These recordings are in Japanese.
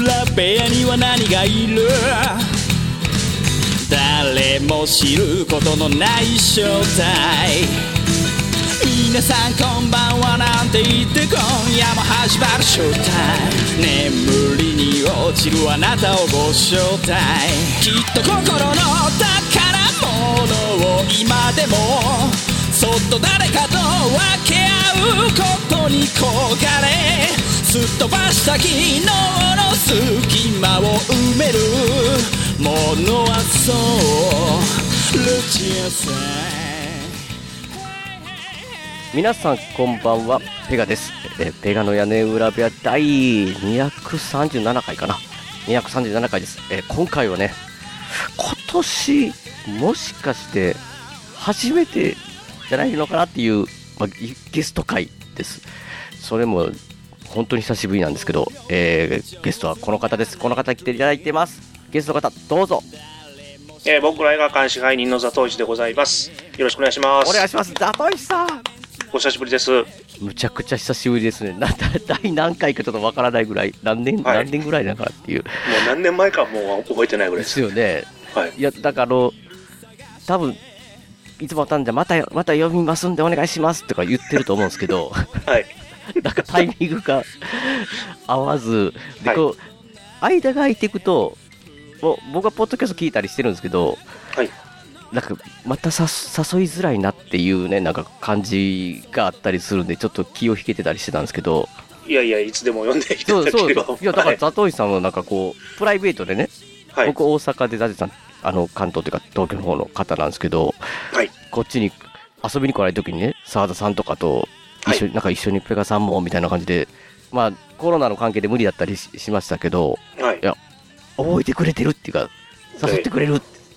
裏部屋には何がいる？誰も知ることのない正体。皆さんこんばんはなんて言って今夜も始まるショータイム。眠りに落ちるあなたをご招待。きっと心の宝物を今でもそっと誰かと分け合うことに焦がれ、すっ飛ばした昨日の隙間を埋めるものはそうルチアさん。 皆さんこんばんは、ペガです。ペガの屋根裏部屋第237回かな、237回です。今回はね、今年もしかして初めてじゃないのかなっていう、ゲスト会です。それも本当に久しぶりなんですけど、ゲストはこの方です。この方来ていただいてます。ゲストの方どうぞ。 僕ら映画館支配人のザトウイチでございます。よろしくお願いします。 お願いします。ザトウイチさん、 お久しぶりです。 むちゃくちゃ久しぶりですね。第何回かちょっとわからないぐらい、何年ぐらいだからっていう。 もう何年前かもう覚えてないぐらいです。 ですよね。 はい。 いや、だから多分、いつもたんじゃまた読みますんでお願いしますとか言ってると思うんですけど、 はい。 なんかタイミングが合わず、で、 はい、 こう、間が空いていくと、僕はポッドキャスト聞いたりしてるんですけど、 はい。 なんかまた誘いづらいなっていうね、なんか感じがあったりするんで、ちょっと気を引けてたりしてたんですけど。 いやいや、いつでも読んでいただければ。 いや、だからザトウイチさんはなんかこう、プライベートでね、はい、僕大阪でザトウイチさん、関東というか東京の方の方なんですけど、 はい、 こっちに遊びに来られる時にね、澤田さんとかとなんか一緒にペガさんもみたいな感じで、まあコロナの関係で無理だったり しましたけど、 はい、 いや、覚えてくれてるっていうか、誘ってくれるって、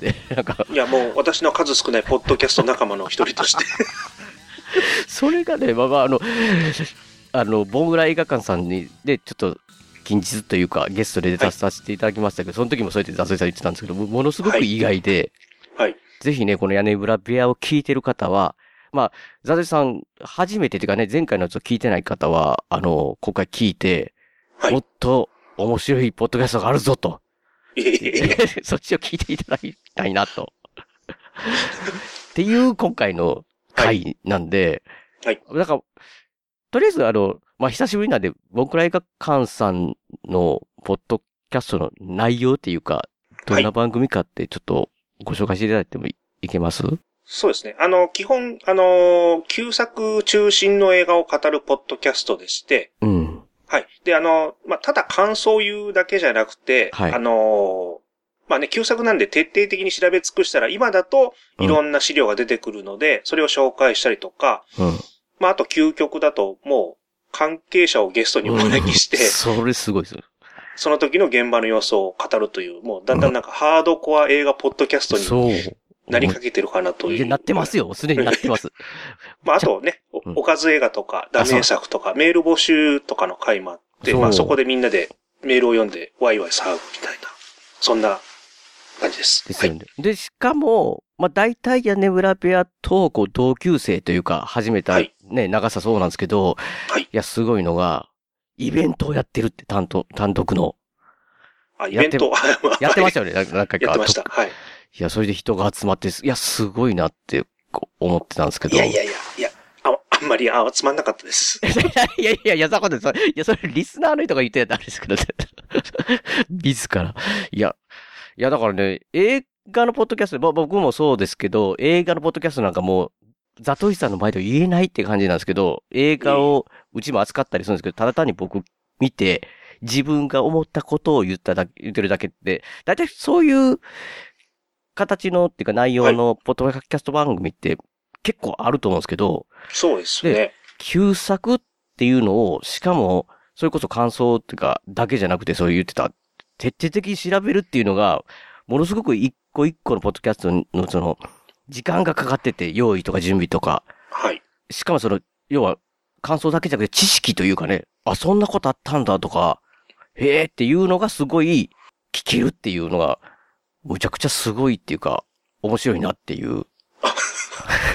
なんか。 いや、もう私の数少ないポッドキャスト仲間の一人として。 それがね、ボングラ映画館さんに、で、ちょっと、近日というか、ゲストで出させていただきましたけど、その時もそうやってザトウイチさん言ってたんですけど、ものすごく意外で、 はい。 ぜひね、この屋根裏部屋を聞いてる方は、まあ、ザトウイチさん、初めてというかね、前回のやつを聞いてない方は、今回聞いて、はい、もっと面白いポッドキャストがあるぞと。そっちを聞いていただきたいなと。っていう今回の回なんで、 はい。 だから、とりあえず久しぶりなんで、僕ら映画館さんのポッドキャストの内容っていうか、どんな番組かってちょっとご紹介していただいてもいけます？ そうですね。基本、旧作中心の映画を語るポッドキャストでして、 うん。 はい。で、ただ感想を言うだけじゃなくて、 はい、 旧作なんで徹底的に調べ尽くしたら、今だといろんな資料が出てくるので、それを紹介したりとか、あと究極だともう関係者をゲストにお招きして、 それすごいですよ。 その時の現場の様子を語るという、もうだんだんなんかハードコア映画ポッドキャストになりかけてるかなという。 なってますよ。すでになってます。 あとね、おかず映画とか、ダメ作とか、メール募集とかの回もあって、そこでみんなでメールを読んでワイワイ騒ぐみたいな、そんな感じです。 ですよね。はい、で、しかも、大体屋根裏部屋と、同級生というか、始めたね、長さそうなんですけど、 はい。 いや、すごいのが、イベントをやってるって、単独の。 イベントやってましたよね、何回か。 やってました。はい。 いや、それで人が集まって、いや、すごいなって思ってたんですけど。 いや、あんまりつまんなかったです。 いや、それリスナーの人が言ってたんですけど、自ら。いや、だからね、映画のポッドキャスト、僕もそうですけど、映画のポッドキャストなんかもう、ザトウイチさんの前では言えないって感じなんですけど、映画をうちも扱ったりするんですけど、ただ単に僕見て、自分が思ったことを言ってるだけで、だいたいそういう形のっていうか内容のポッドキャスト番組って結構あると思うんですけど、 そうですね。 で、旧作っていうのを、しかも、それこそ感想っていうか、だけじゃなくてそう言ってた、徹底的に調べるっていうのが、ものすごく一個一個のポッドキャストのその、時間がかかってて、用意とか準備とか。 はい。 しかも要は、感想だけじゃなくて知識というかね、そんなことあったんだとか、へーっていうのがすごい聞けるっていうのが、むちゃくちゃすごいっていうか、面白いなっていう。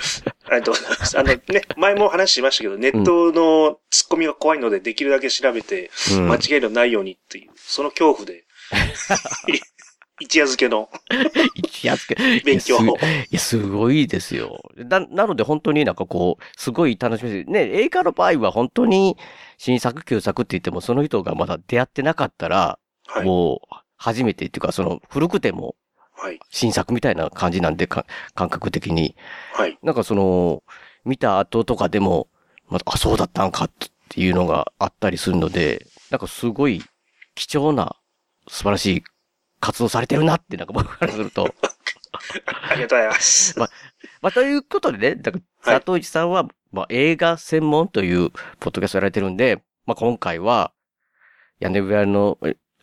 ありがとうございます。前も話しましたけど、ネットのツッコミが怖いので、できるだけ調べて、間違いのないようにっていう、その恐怖で、一夜漬けの勉強を。 いや、すごいですよ。なので本当になんかこう、すごい楽しみです。ね、映画の場合は本当に新作、旧作って言っても、その人がまだ出会ってなかったら、はい、もう、初めてっていうか、古くても、新作みたいな感じなんで、感覚的に。はい。なんか見た後とかでも、そうだったんかっていうのがあったりするので、なんかすごい貴重な、素晴らしい活動されてるなって、なんか僕からすると。 ありがとうございます。 ということでね、だから佐藤一さんは、映画専門というポッドキャストやられてるんで、今回は、屋根部屋の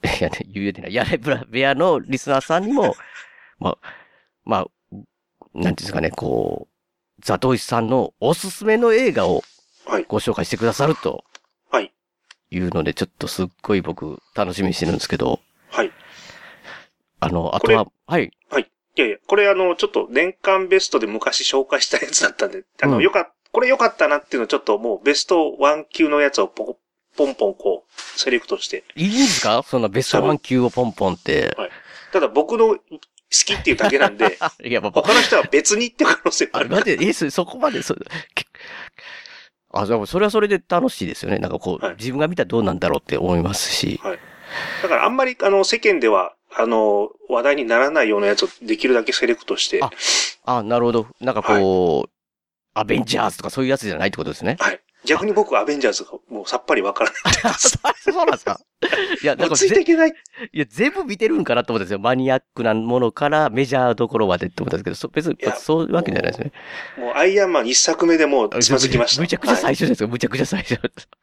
リスナーさんにも、なんていうんですかね、こう、佐藤一さんのおすすめの映画をご紹介してくださると。はい。いうので、ちょっとすっごい僕、楽しみにしてるんですけど。はい。あとは、はい。 はい。いや、これちょっと年間ベストで昔紹介したやつだったんで、これ良かったなっていうのをちょっともうベスト1級のやつをポンポンこう、セレクトして。 いいんですか？そんなベスト1級をポンポンって。はい。 ただ僕の好きっていうだけなんで、いや他の人は別にって可能性がある。 待って、そこまで、でもそれはそれで楽しいですよね。なんかこう、自分が見たらどうなんだろうって思いますし。はい。 だからあんまり世間では、話題にならないようなやつをできるだけセレクトして。 なるほど。なんかこう、アベンジャーズとかそういうやつじゃないってことですね。 はい。逆に僕はアベンジャーズがもうさっぱりわからないです。 そうなんですか？いや、 なんかついていけない。 いや、全部見てるんかなと思ったんですよ。マニアックなものからメジャーどころまでって思ったんですけど、別にそういうわけじゃないですね。 もうアイアンマン一作目でもうつまずきました。 むちゃくちゃ最初ですよ。むちゃくちゃ最初。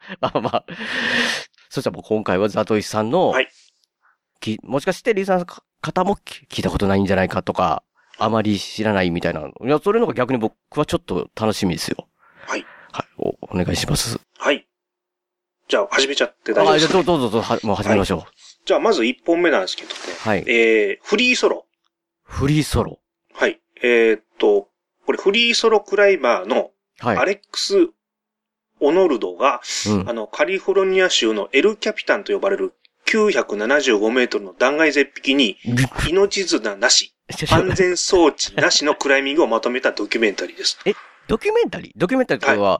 そしたらもう今回はザトイさんの、はい。もしかしてリスナーの方も聞いたことないんじゃないかとか、あまり知らないみたいな。いや、それの方が逆に僕はちょっと楽しみですよ。はい。はい。お願いします。 はい。じゃあ、始めちゃって大丈夫ですか？ どうぞ、もう始めましょう。はい、 じゃあ、まず1本目なんですけどね。はい。フリーソロ。 フリーソロ。 はい。これフリーソロクライマーの、アレックス・オノルドが、カリフォルニア州のエル・キャピタンと呼ばれる975メートルの断崖絶壁に、命綱なし、安全装置なしのクライミングをまとめたドキュメンタリーです。 ドキュメンタリーは、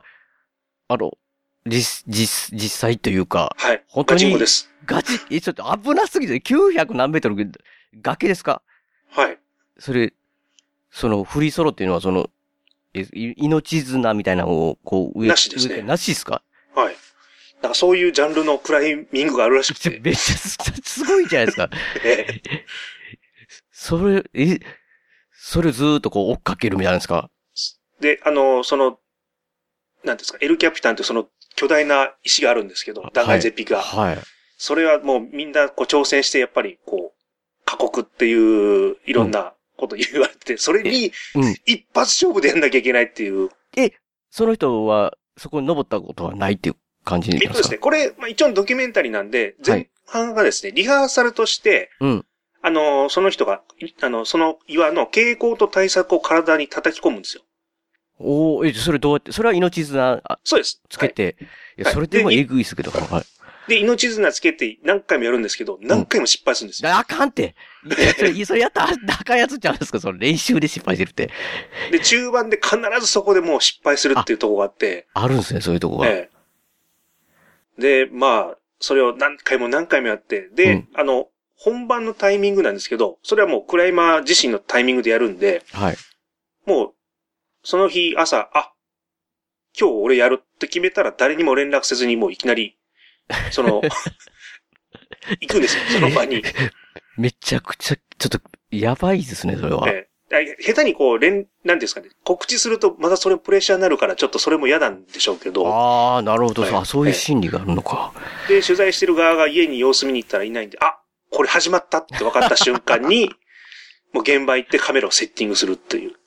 実際というか、はい。本当に。ガチンコです。ちょっと危なすぎて、900何メートル崖ですか？はい。そのフリーソロっていうのは命綱みたいなのをこうなしですね。 なしですか？はい。 なんかそういうジャンルのクライミングがあるらしくて。 めっちゃすごいじゃないですか。それをずーっとこう追っかけるみたいなんですか？ で、なんですか、エルキャピタンってその巨大な石があるんですけど、断崖絶壁が。はい。それはもうみんなこう挑戦してやっぱりこう、過酷っていういろんなこと言われて、それに一発勝負でやんなきゃいけないっていう。 その人はそこに登ったことはないっていう感じですか？ ですね、これ、一応ドキュメンタリーなんで、前半がですね、リハーサルとして、その人が、その岩の傾向と対策を体に叩き込むんですよ。 それどうやって、それは命綱そうです。 つけて、いや、それでもえぐいですけど、はい。 で、命綱つけて何回もやるんですけど、何回も失敗するんですよ。 あかんって。それやったらあかんやつちゃうんですか？その練習で失敗してるって。 で、中盤で必ずそこでもう失敗するっていうところがあって。 あるんですね、そういうとこが。 で、それを何回もやって、で、本番のタイミングなんですけど、それはもうクライマー自身のタイミングでやるんで、はい。もう、その日朝、今日俺やるって決めたら誰にも連絡せずにもういきなり、行くんですよ、その場に。 めちゃくちゃ、ちょっと、やばいですね、それは。 下手にこう、なんですかね、告知するとまたそれプレッシャーになるからちょっとそれも嫌なんでしょうけど。 ああ、なるほど、そういう心理があるのか。 で、取材してる側が家に様子見に行ったらいないんで、これ始まったって分かった瞬間に、もう現場行ってカメラをセッティングするっていう。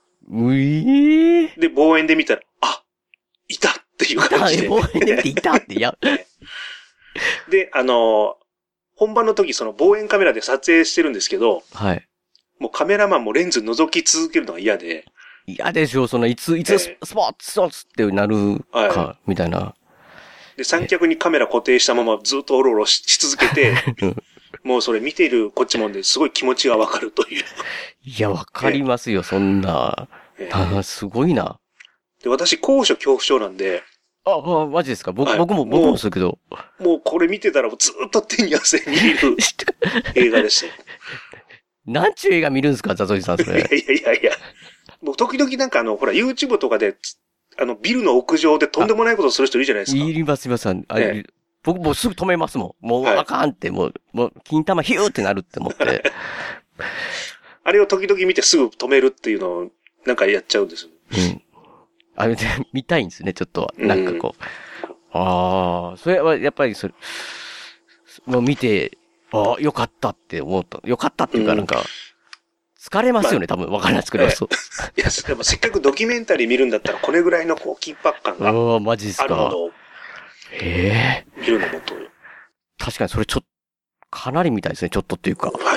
で、望遠で見たら、いたっていう感じで。 望遠で見ていたって、 で、本番の時その望遠カメラで撮影してるんですけど、はい。もうカメラマンもレンズ覗き続けるのが嫌で、 嫌でしょ、いつスポーツってなるか、みたいな。 で、三脚にカメラ固定したままずっとオロオロし続けて、もうそれ見ているこっちもですごい気持ちがわかるという。 いや、わかりますよ、そんな。すごいな。 で、私、高所恐怖症なんで。 マジですか？僕もそうけど。 もうこれ見てたらずっと手に汗握る映画でした。 なんちゅう映画見るんですか、ザトジさん、それ。 いや。僕、時々なんかほら、YouTube とかで、ビルの屋上でとんでもないことする人いるじゃないですか。 います。僕もうすぐ止めますもん。もうあかんって、もう、金玉ヒューってなるって思って。 あれを時々見てすぐ止めるっていうのを、なんかやっちゃうんですよ。 あれで見たいんですね、ちょっと。なんかこう。それはやっぱりもう見て、よかったって思った。よかったっていうかなんか、疲れますよね、多分。わかんないですけど。いや、でもせっかくドキュメンタリー見るんだったら、これぐらいの緊迫感がマジですか。 あるものを見るのもと。 確かにそれかなりみたいですね、ちょっとっていうか。 はい。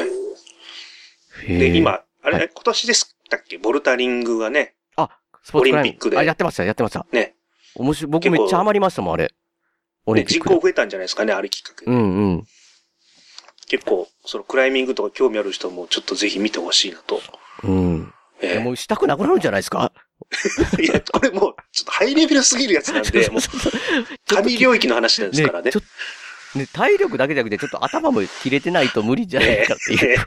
で、今、今年でしたっけ？ボルダリングがね。 スポーツクライミング。 オリンピックで。 やってました。 ね。 面白い。僕めっちゃハマりましたもん、あれ。 ね、人口増えたんじゃないですかね、あれきっかけで。結構、クライミングとか興味ある人もちょっとぜひ見てほしいなと。 もうしたくなくなるんじゃないですか？ いや、これもう、ちょっとハイレベルすぎるやつなんで、もう、神領域の話なんですからね。 体力だけじゃなくて、ちょっと頭も切れてないと無理じゃないかっていう。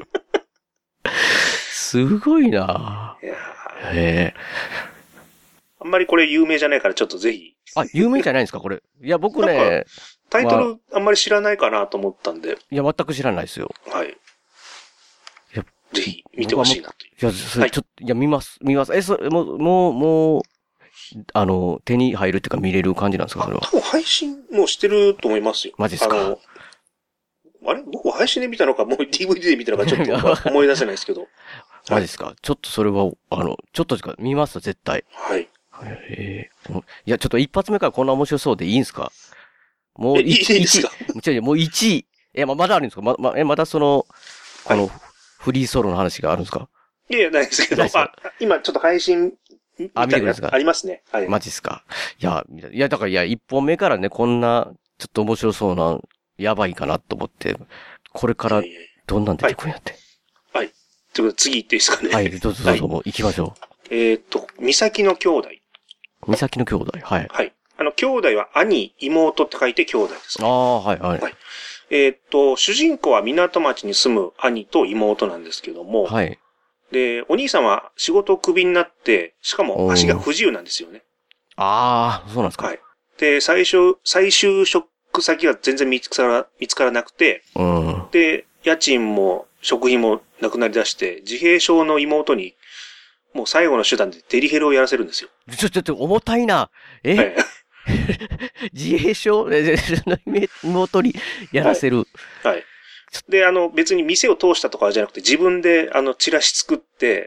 すごいなぁ。 あんまりこれ有名じゃないからちょっとぜひ。 有名じゃないんですかこれ。いや、僕ね。 タイトルあんまり知らないかなと思ったんで。 いや、全く知らないですよ。 はい。ぜひ見てほしいなという。 いや、見ます。もう、手に入るっていうか見れる感じなんですかそれは。 多分配信もしてると思いますよ。 マジですか？ 僕は配信で見たのか、もう DVD で見たのかちょっと思い出せないですけど。 マジですか？ちょっとそれは、ちょっとしか見ます絶対。 はい。 いや、ちょっと一発目からこんな面白そうでいいんですか？もういいですか？ もう1位。まだあるんですか？まだフリーソロの話があるんですか？ いや、ないですけど、今ちょっと配信、 見てください。 ありますね。はい。 マジですか？いや、だから、一本目からね、こんな、ちょっと面白そうな、やばいかなと思って、これから、どんなん出てくるんやって。 はい。ということで、次行っていいですかね。 はい、どうぞ、もう行きましょう。三崎の兄弟。 三崎の兄弟、はい。 はい。兄弟は兄、妹って書いて兄弟です。 はい。 主人公は港町に住む兄と妹なんですけども、 はい。 で、お兄さんは仕事をクビになって、しかも足が不自由なんですよね。 そうなんですか。 はい。で、再就職先が全然見つからなくて、で、家賃も食費もなくなりだして、自閉症の妹に、もう最後の手段でデリヘルをやらせるんですよ。 ちょっと重たいな。自閉症妹にやらせる。 はい。で、別に店を通したとかじゃなくて、自分で、チラシ作って、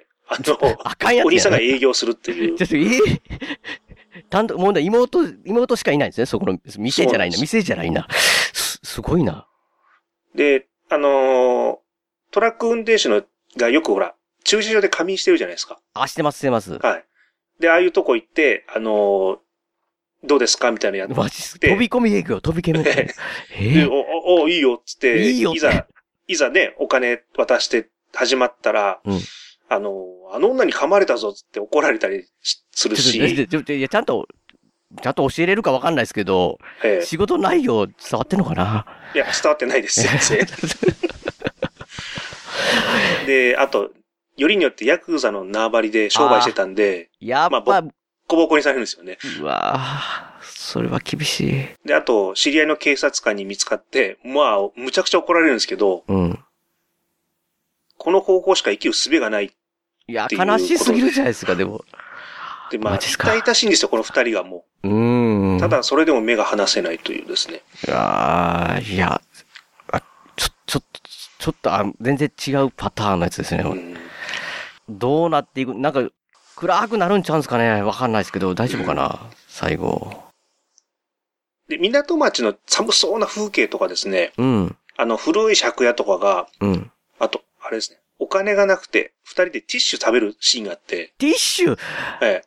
お兄さんが営業するっていう。 単独、もう妹しかいないんですね、そこの、店じゃないな。すごいな。 で、トラック運転手がよくほら、駐車場で仮眠してるじゃないですか。 してます。 はい。で、ああいうとこ行って、どうですかみたいなのやって。 マジっす。飛び込み営業、飛び込み。で、 いいよ、つって、いざね、お金渡して始まったら、あの女に噛まれたぞ、つって怒られたりするし。 いや、ちゃんと教えれるかわかんないですけど、仕事内容伝わってんのかな？ いや、伝わってないです、先生。で、あと、よりによってヤクザの縄張りで商売してたんで、ボコボコにされるんですよね。 うわぁ、それは厳しい。 で、あと、知り合いの警察官に見つかって、むちゃくちゃ怒られるんですけど、この方法しか生きる術がない。 いや、悲しすぎるじゃないですか、でも。 で、痛々しいんですよ、この二人がもう。ただ、それでも目が離せないというですね。 いや、ちょっと、全然違うパターンのやつですね。どうなっていく、なんか、暗くなるんちゃうんすかね？わかんないですけど、大丈夫かな？最後。 で、港町の寒そうな風景とかですね。古い借家とかが、あと、あれですね。 お金がなくて、二人でティッシュ食べるシーンがあって、 ティッシュええ。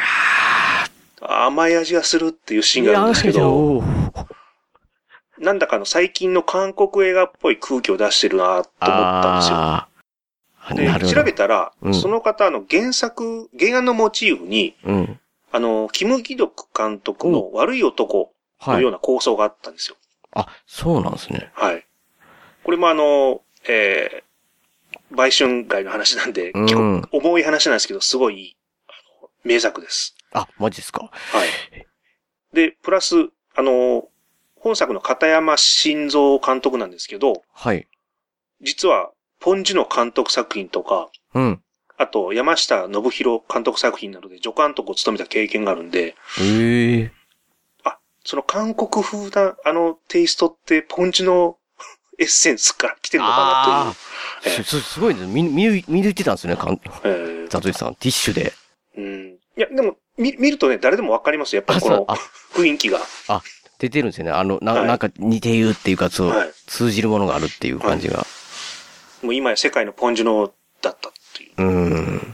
甘い味がするっていうシーンがあるんですけど、なんだか最近の韓国映画っぽい空気を出してるなと思ったんですよ。で、調べたら、その方原案のモチーフに、キム・ギドク監督の悪い男のような構想があったんですよ。 あ、そうなんですね。 はい。これも売春街の話なんで、結構重い話なんですけど、すごい名作です。 あ、マジですか。 はい。で、プラス、本作の片山晋三監督なんですけど、 はい。 実は、ポン・ジュノ監督作品とか、あと、山下信弘監督作品などで助監督を務めた経験があるんで、あ、その韓国風なテイストって、ポン・ジュノエッセンスから来てるのかなという。 すごいね。見抜いてたんですね、ザトイさん。ティッシュで。 いや、でも、見るとね、誰でもわかりますよ。やっぱりこの雰囲気が。 出てるんですよね。なんか似ているっていうか、通じるものがあるっていう感じが。 もう今や世界のポンジュノだったっていう。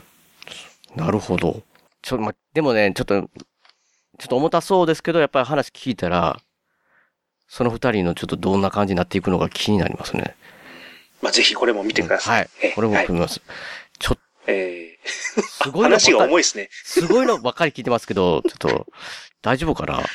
なるほど。でもね、ちょっと重たそうですけど、やっぱり話聞いたら、その二人のちょっとどんな感じになっていくのか気になりますね。 ぜひこれも見てください。 はい。これも見ます。 すごい話が重いですね。 すごいのばっかり聞いてますけど、ちょっと、大丈夫かな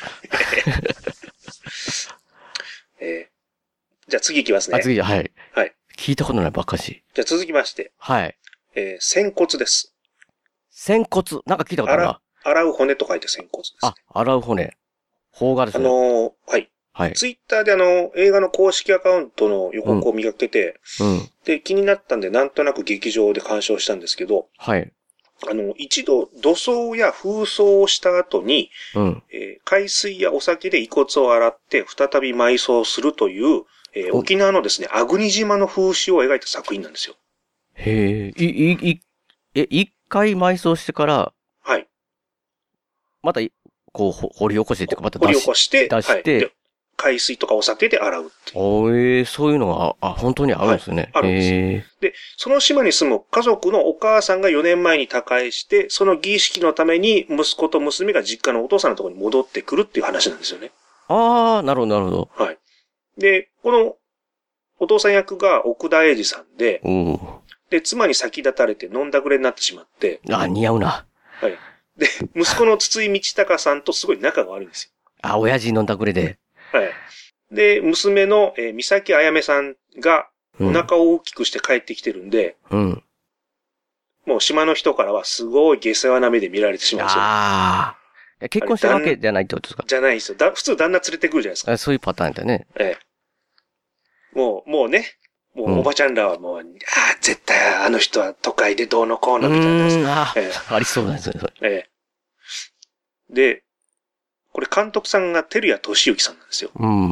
じゃあ次行きますね。 次、はい。 はい。 聞いたことないばっかし。 じゃあ続きまして。 はい。 仙骨です。 仙骨なんか聞いたことあるな。 洗う骨と書いて仙骨です、ね。 洗う骨。邦画ですね。 はい。はい。ツイッターで映画の公式アカウントの予告を見かけて、で、気になったんで、なんとなく劇場で鑑賞したんですけど、 はい。 一度土葬や風葬をした後に、海水やお酒で遺骨を洗って再び埋葬するという、沖縄のですね、粟国島の風習を描いた作品なんですよ。 へえ、一回埋葬してから、 はい。 また、こう、掘り起こしてっていうか、また掘り起こして、 出して、 海水とかお酒で洗うっていう。 そういうのが、本当にあるんですね。 あるんです。で、その島に住む家族のお母さんが4年前に他界して、その儀式のために息子と娘が実家のお父さんのところに戻ってくるっていう話なんですよね。 なるほど、なるほど。 はい。で、このお父さん役が奥田英二さんで、で、妻に先立たれて飲んだくれになってしまって。 似合うな。 はい。で、息子の筒井道隆さんとすごい仲が悪いんですよ。親父飲んだくれで。 はい。で、娘の、三崎あやめさんがお腹を大きくして帰ってきてるんで、もう島の人からはすごい下世話な目で見られてしまうんですよ。 結婚したわけじゃないってことですか？ じゃないんですよ。普通旦那連れてくるじゃないですか。 そういうパターンだね。 もうね、もうおばちゃんらはもう、絶対あの人は都会でどうのこうのみたいな。 ありそうなんですね。 で、これ監督さんが照屋俊之さんなんですよ。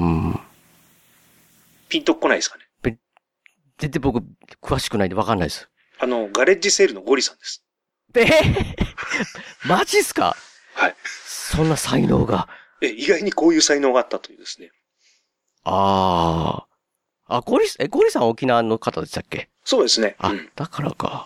ピンとこないですかね。 全然僕、詳しくないんでわかんないです。 ガレッジセールのゴリさんです。 マジっすか？ はい。 そんな才能が。 意外にこういう才能があったというですね。 ゴリさん沖縄の方でしたっけ？ そうですね。 だからか。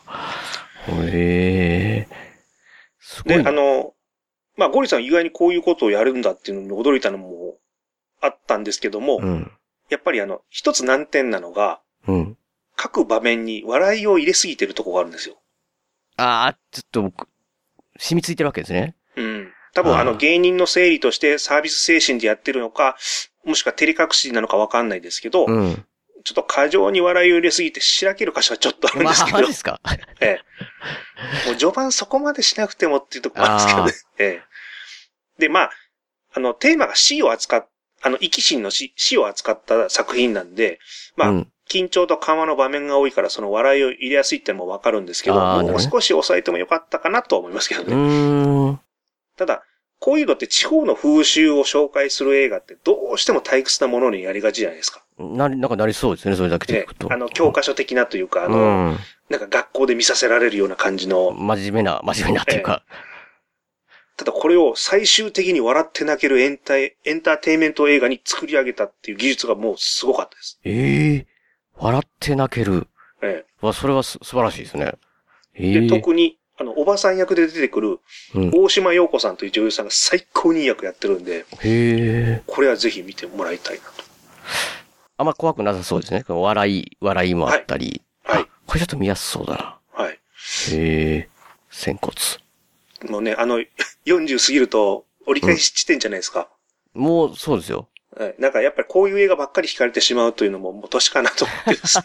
へえ。すごい。 で、ゴリさん意外にこういうことをやるんだっていうのに驚いたのもあったんですけども、やっぱり一つ難点なのが、各場面に笑いを入れすぎてるとこがあるんですよ。 ちょっと染みついてるわけですね。 多分芸人の整理としてサービス精神でやってるのか、もしくは照れ隠しなのかわかんないですけど、ちょっと過剰に笑いを入れすぎてしらける箇所はちょっとあるんですけど。 マジですか？ もう序盤そこまでしなくてもっていうところなんですけどね。で、テーマが死を扱っ、生き死の死を扱った作品なんで、緊張と緩和の場面が多いからその笑いを入れやすいってのもわかるんですけど、もう少し抑えてもよかったかなとは思いますけどね。ただ、こういうのって地方の風習を紹介する映画ってどうしても退屈なものにやりがちじゃないですか。 なんかなりそうですね、それだけでいくと。 教科書的なというか、なんか学校で見させられるような感じの。 真面目なっていうか。 ただこれを最終的に笑って泣けるエンターテインメント映画に作り上げたっていう技術がもうすごかったです。 笑って泣ける。 それは素晴らしいですね。 で、特に、おばさん役で出てくる、大島陽子さんという女優さんが最高にいい役やってるんで、これはぜひ見てもらいたいなと。 あんま怖くなさそうですね。笑いもあったり。はい。これちょっと見やすそうだな。 はい。 仙骨。 もうね、40過ぎると折り返し地点じゃないですか。 もう、そうですよ。 はい。なんかやっぱりこういう映画ばっかり惹かれてしまうというのももう年かなと思ってですね。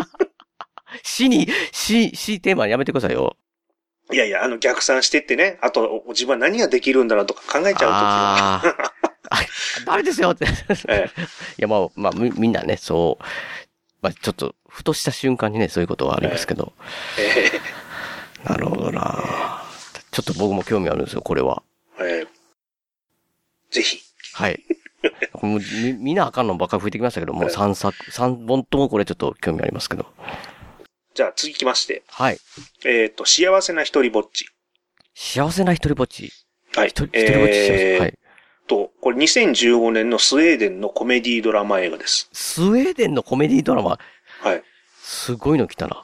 死テーマやめてくださいよ。 いやいや、逆算してってね、あと、自分は何ができるんだろうとか考えちゃうときは。 ダメですよって。いや、まあ、みんなね、そう、まあ、ちょっと、ふとした瞬間にね、そういうことはありますけど。なるほどな。ちょっと僕も興味あるんですよ、これは。 ぜひ。 はい。みんなあかんのばっかり増えてきましたけど、もう3本ともこれちょっと興味ありますけど。 じゃあ次きまして。 はい。 幸せな一人ぼっち。 幸せな一人ぼっち。 はい。 一人ぼっち幸せ。はい。 これ2015年のスウェーデンのコメディドラマ映画です。 スウェーデンのコメディドラマ。 はい。 すごいの来たな。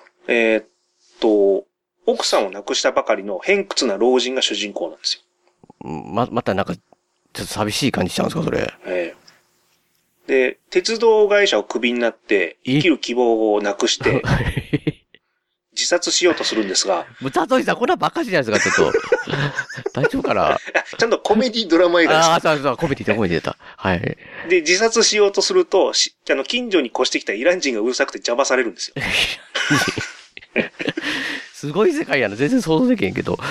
奥さんを亡くしたばかりの偏屈な老人が主人公なんですよ。またなんか、ちょっと寂しい感じしちゃうんですか、それ。 で、鉄道会社をクビになって、生きる希望をなくして、自殺しようとするんですが。 ザトイさん、こんなバカしじゃないですか、ちょっと。大丈夫かなちゃんとコメディドラマ映画です。 そう、コメディ出た。はい。 で、自殺しようとすると、近所に越してきたイラン人がうるさくて邪魔されるんですよ。 すごい世界やな。全然想像できへんけど。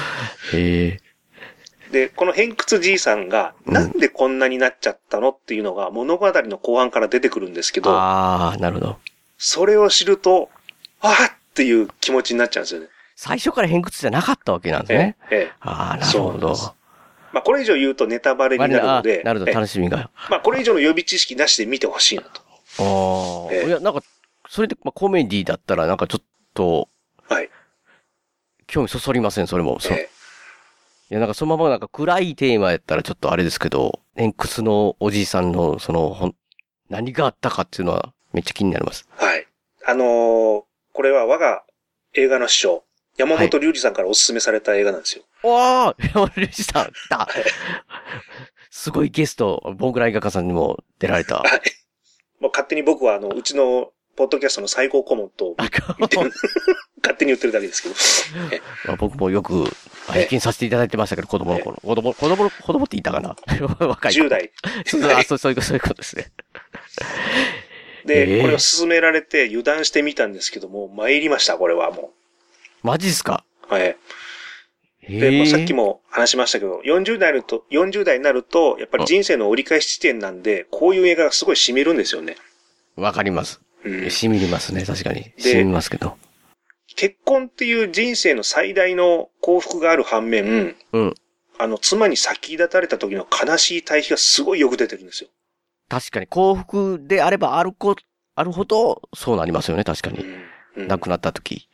で、この偏屈じいさんが、なんでこんなになっちゃったのっていうのが物語の後半から出てくるんですけど。 なるほど。 それを知ると、っていう気持ちになっちゃうんですよね。 最初から偏屈じゃなかったわけなんですね。なるほど。 まあ、これ以上言うとネタバレになるので。 なるほど、楽しみが。 まあ、これ以上の予備知識なしで見てほしいなと。 いや、なんか、それで、コメディだったら、なんかちょっと、 はい。 興味そそりません、それも。いや、なんかそのままなんか暗いテーマやったらちょっとあれですけど、偏屈のおじいさんの、何があったかっていうのはめっちゃ気になります。 はい。これは我が映画の師匠、山本龍二さんからお勧めされた映画なんですよ。 山本龍二さん、来た。すごいゲスト、ボンクラ映画家さんにも出られた。 はい。もう勝手に僕はうちのポッドキャストの最高顧問と言ってる。勝手に言ってるだけですけど。 僕もよく拝見させていただいてましたけど、子供の頃。子供って言ったかな若い。 10代。 そういうことですね。 で、これを勧められて油断してみたんですけども、参りました、これはもう。マジっすか？ はい。で、さっきも話しましたけど、40代になると、やっぱり人生の折り返し地点なんで、こういう映画がすごい染みるんですよね。 わかります。染みりますね、確かに。染みますけど。 結婚っていう人生の最大の幸福がある反面、妻に先立たれた時の悲しい対比がすごいよく出てるんですよ。 確かに幸福であればあるほど、そうなりますよね、確かに。亡くなった時。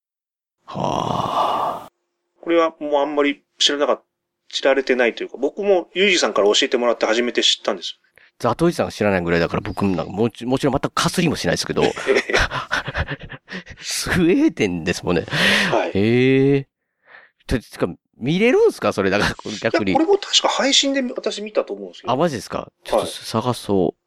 はあ。 これはもうあんまり知られてないというか、僕もユージさんから教えてもらって初めて知ったんですよ。 ザトイさんが知らないぐらいだから僕なんかもちろん全くかすりもしないですけど。スウェーデンですもんね。 はい。 てか、見れるんすかそれだから逆に。 これも確か配信で私見たと思うんですけど。 マジですかちょっと探そう。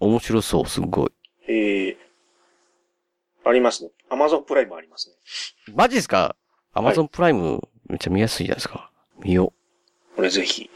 面白そう、すごい。 ありますね。アマゾンプライムありますね。 マジですかアマゾンプライムめっちゃ見やすいじゃないですか。見よう。 これぜひ、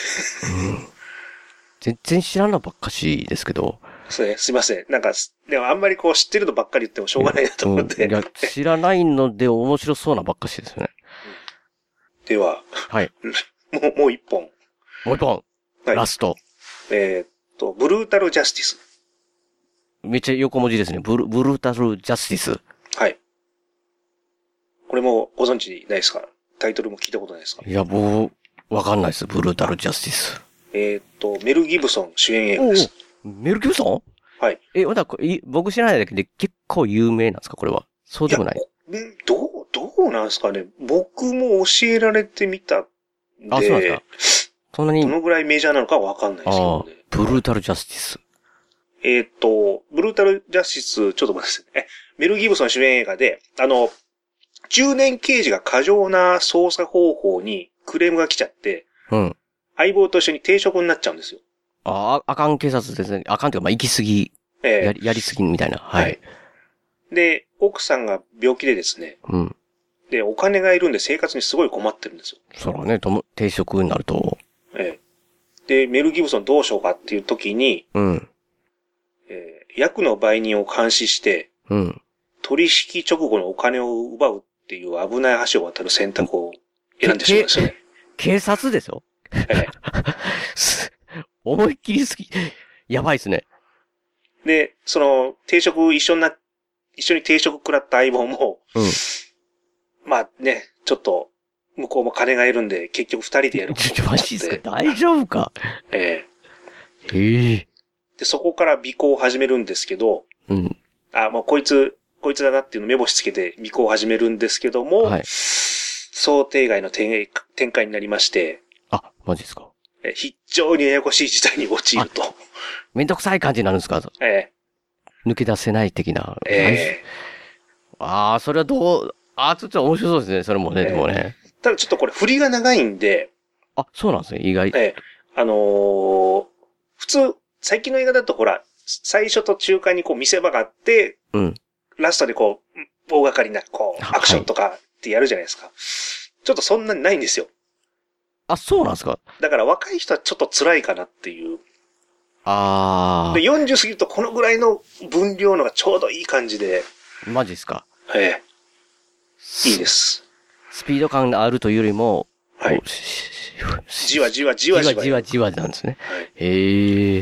全然知らんのばっかしですけど。 すいません。なんか、でもあんまり知ってるのばっかり言ってもしょうがないなと思って。 いや、知らないので面白そうなばっかしですよね。 では、 はい。 もう一本。 もう一本。はい、ラスト。 ブルータルジャスティス。 めっちゃ横文字ですね。ブルータルジャスティス。 はい。これもご存知ないですか？タイトルも聞いたことないですか？ いや、僕、わかんないです。ブルータルジャスティス。 メル・ギブソン主演映画です。 メル・ギブソン？はい。 僕知らないだけで結構有名なんですかこれは。そうでもない。 どうなんですかね。僕も教えられてみたんで。 そうなんですか。そんなに。 どのぐらいメジャーなのかわかんないですけどね。 ブルータルジャスティス。 ブルータルジャスティス、ちょっと待ってください。 メル・ギブソン主演映画で、中年刑事が過剰な捜査方法にクレームが来ちゃって、 うん。 相棒と一緒に停職になっちゃうんですよ。 あかん警察ですね。あかんというか、まあ、行き過ぎ、やりすぎみたいな。はい。 で、奥さんが病気でですね。 うん。 で、お金がいるんで生活にすごい困ってるんですよ。 そうね、定職になると。 で、メル・ギブソンどうしようかっていう時に、 うん。 役の売人を監視して、 うん。 取引直後のお金を奪うっていう危ない橋を渡る選択を選んでしまうんですよね。 警察でしょ？思いっきりやばいですね。 で、一緒に定職食らった相棒も、 うん。 まあね、ちょっと、向こうも金がいるんで、結局二人でやることになっちゃって。 マジですか？大丈夫か？ で、そこから尾行を始めるんですけど、 うん。 もうこいつだなっていうのを目星つけて尾行を始めるんですけども、 はい。 想定外の展開になりまして、 あ、マジですか？ 非常にややこしい事態に陥ると。 めんどくさい感じになるんですか？抜け出せない的な。それはちょっと面白そうですね、それもね、でもね。 ただちょっとこれ振りが長いんで。 あ、そうなんですね、意外。 普通、最近の映画だとほら、最初と中間にこう見せ場があって、 うん。 ラストでこう、大掛かりな、こう、アクションとかってやるじゃないですか。ちょっとそんなにないんですよ。 あ、そうなんですか？ だから若い人はちょっと辛いかなっていう。で、40過ぎるとこのぐらいの分量のがちょうどいい感じで。 マジですか？ いいです。 スピード感があるというよりも、 はい。じわじわなんですね。はい。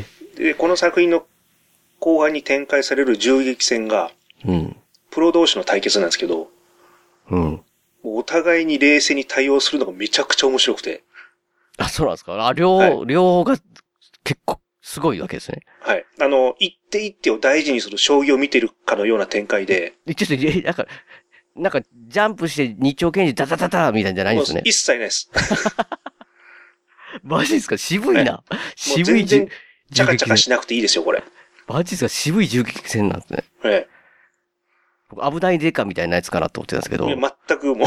で、この作品の後半に展開される銃撃戦が、 うん。プロ同士の対決なんですけど、 うん。もうお互いに冷静に対応するのがめちゃくちゃ面白くて。 あ、そうなんですか？両方が結構すごいわけですね。 はい。一手一手を大事にする将棋を見てるかのような展開で。 ちょっと、なんか、ジャンプして日朝検事ダダダダみたいなんじゃないんですね。 一切ないです。 マジですか？渋いな。 渋い全然チャカチャカしなくていいですよ、これ。 マジですか？渋い銃撃戦なんですね。僕、危ないデカみたいなやつかなと思ってたんですけど。 全くもう。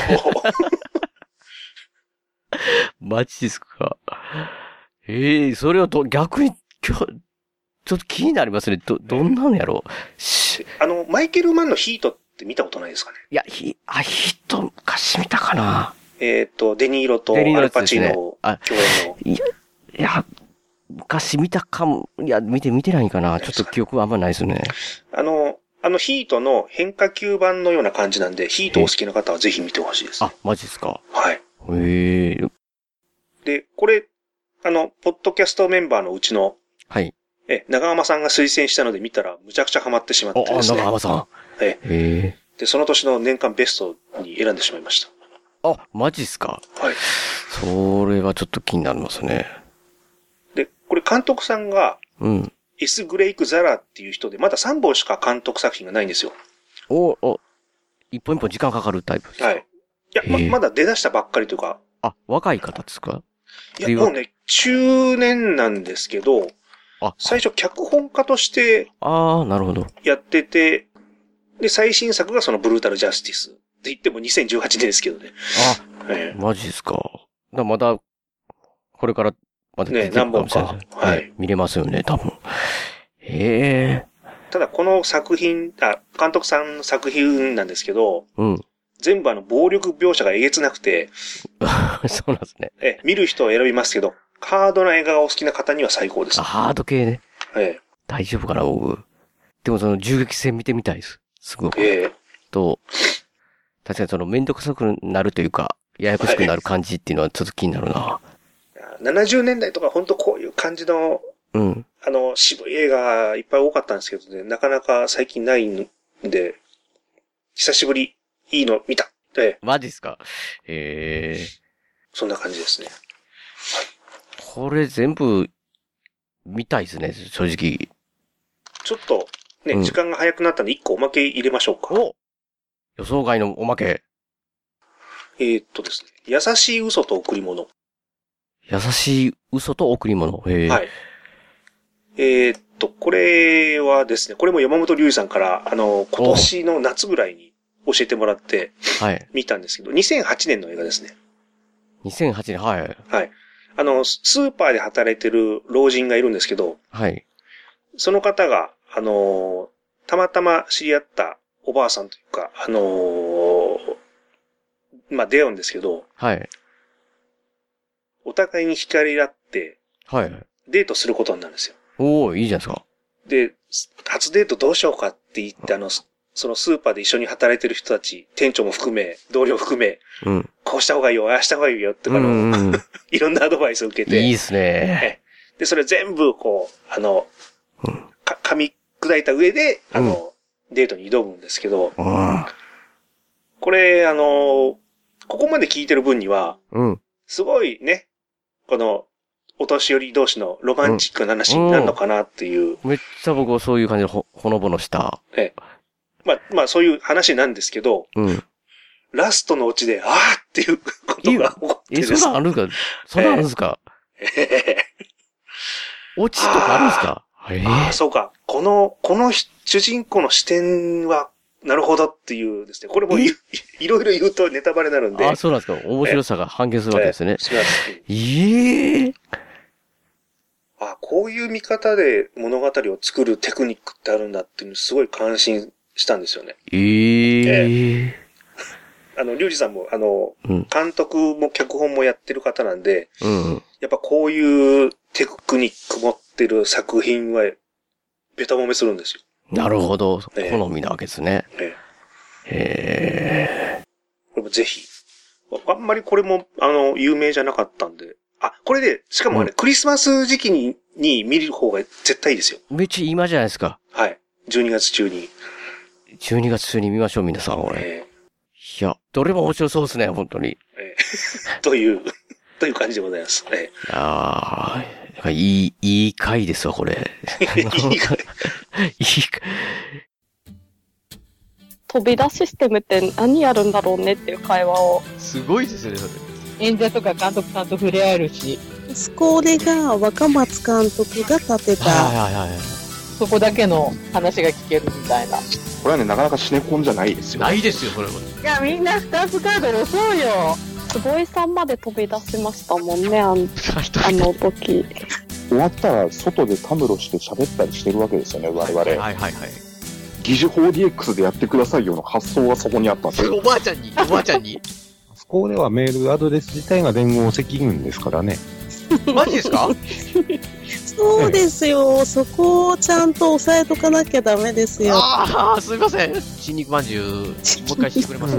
マジですか？それを逆に、ちょっと気になりますね。どんなんやろう。 マイケル・マンのヒートって見たことないですかね？ いや、ヒート昔見たかな。 デニーロとアルパチーノ共演の。 いや、昔見たかも。いや、見てないかな。ちょっと記憶はあんまないですね。 ヒートの変化球版のような感じなんで、ヒートをお好きな方はぜひ見てほしいです、ね。 マジですか？ はい。で、これ、ポッドキャストメンバーのうちの、 はい。 長浜さんが推薦したので見たら、むちゃくちゃハマってしまってですね。 長浜さん。 で、その年の年間ベストに選んでしまいました。 マジっすか？ はい。 それはちょっと気になりますね。 で、これ監督さんが、S. グレイク・ザラっていう人で、まだ3本しか監督作品がないんですよ。 一本一本時間かかるタイプですか？ はい。いや、まだ出だしたばっかりというか。 若い方ですか？ いや、もうね、中年なんですけど、最初脚本家として、 なるほど。 やってて、で、最新作がそのブルータル・ジャスティス。って言っても2018年ですけどね。 マジですか。まだ、これから、まだ出てるかもしれない。はい。見れますよね、多分。 ただこの作品、監督さんの作品なんですけど、全部暴力描写がえげつなくて、 そうなんですね。 見る人を選びますけど、ハードな映画がお好きな方には最高です。 ハード系ね。大丈夫かな、僕。でもその銃撃戦見てみたいです。すごく。確かにめんどくさくなるというか、ややこしくなる感じっていうのはちょっと気になるな。 70年代とか本当こういう感じの、渋い映画いっぱい多かったんですけどね、なかなか最近ないんで、久しぶり、いいの見た。 マジっすか？ そんな感じですね。 これ全部見たいですね、正直。 ちょっとね、時間が早くなったんで1個おまけ入れましょうか。 予想外のおまけ。 ですね。優しい嘘と贈り物。 優しい嘘と贈り物。 はい。 これはですね、これも山本龍二さんから、今年の夏ぐらいに教えてもらって、はい。見たんですけど、2008年の映画ですね。 2008年、はい。 はい。スーパーで働いてる老人がいるんですけど、 はい。 その方が、たまたま知り合ったおばあさんというか、まあ、出会うんですけど、 はい。 お互いに惹かれ合って、 はい。 デートすることになるんですよ。 おー、いいじゃないですか。 で、初デートどうしようかって言って、そのスーパーで一緒に働いてる人たち、店長も含め、同僚含め、 うん。 こうした方がいいよ、ああした方がいいよっていろんなアドバイスを受けて。 いいですね。 で、それ全部、こう、噛み砕いた上で、デートに挑むんですけど、これ、ここまで聞いてる分には、すごいね、この、お年寄り同士のロマンチックな話になるのかなっていう。 めっちゃ僕はそういう感じでほのぼのした。 まあそういう話なんですけど、ラストのオチで、あーっていうことが起こってるんです。 そんなんあるんですか？そんなんあるんですか？オチとかあるんですか？ そうか。この主人公の視点は、なるほどっていうですね。これもいろいろ言うとネタバレになるんで。 そうなんですか。面白さが半減するわけですね。 こういう見方で物語を作るテクニックってあるんだっていうのすごい感心したんですよね。リュウジさんも、監督も脚本もやってる方なんで、やっぱこういうテクニック持ってる作品は、ベタ褒めするんですよ。 なるほど。好みなわけですね。 これもぜひ。あんまりこれも、有名じゃなかったんで。これで、しかもクリスマス時期に見る方が絶対いいですよ。 めっちゃ今じゃないですか。 はい。12月中に。 12月中に見ましょう、皆さん、俺。いや、どれも面白そうですね、本当に。 という感じでございます。 いい回ですわ、これ。いい回。 飛び出システムって何やるんだろうねっていう会話を。 すごいですね、それ。 演者とか監督さんと触れ合えるし。 スコーレが若松監督が立てた。 そこだけの話が聞けるみたいな。 これはね、なかなかシネコンじゃないですよ。 ないですよ、それは。 いや、みんな2つカード押そうよ。 坪井さんまで飛び出しましたもんね、あの時。 終わったら外でたむろして喋ったりしてるわけですよね、我々。疑似 4DX でやってくださいよの発想がそこにあったんですよ。 おばあちゃんにそこではメールアドレス自体が連合赤軍ですからね。 マジですか？ そうですよ。そこをちゃんと押さえとかなきゃダメですよ。 すいません。新肉まんじゅう、もう一回してくれます？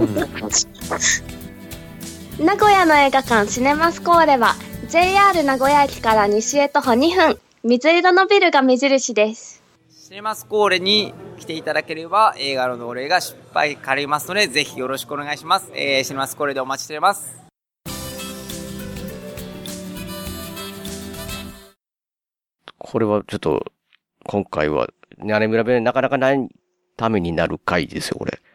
名古屋の映画館シネマスコーレは JR 名古屋駅から西へ徒歩2分、水色のビルが目印です。 シネマスコーレに来ていただければ映画の同例が失敗かりますので、ぜひよろしくお願いします。シネマスコーレでお待ちしております。 これはちょっと今回は屋根裏部屋なかなかないためになる回ですよ、これ。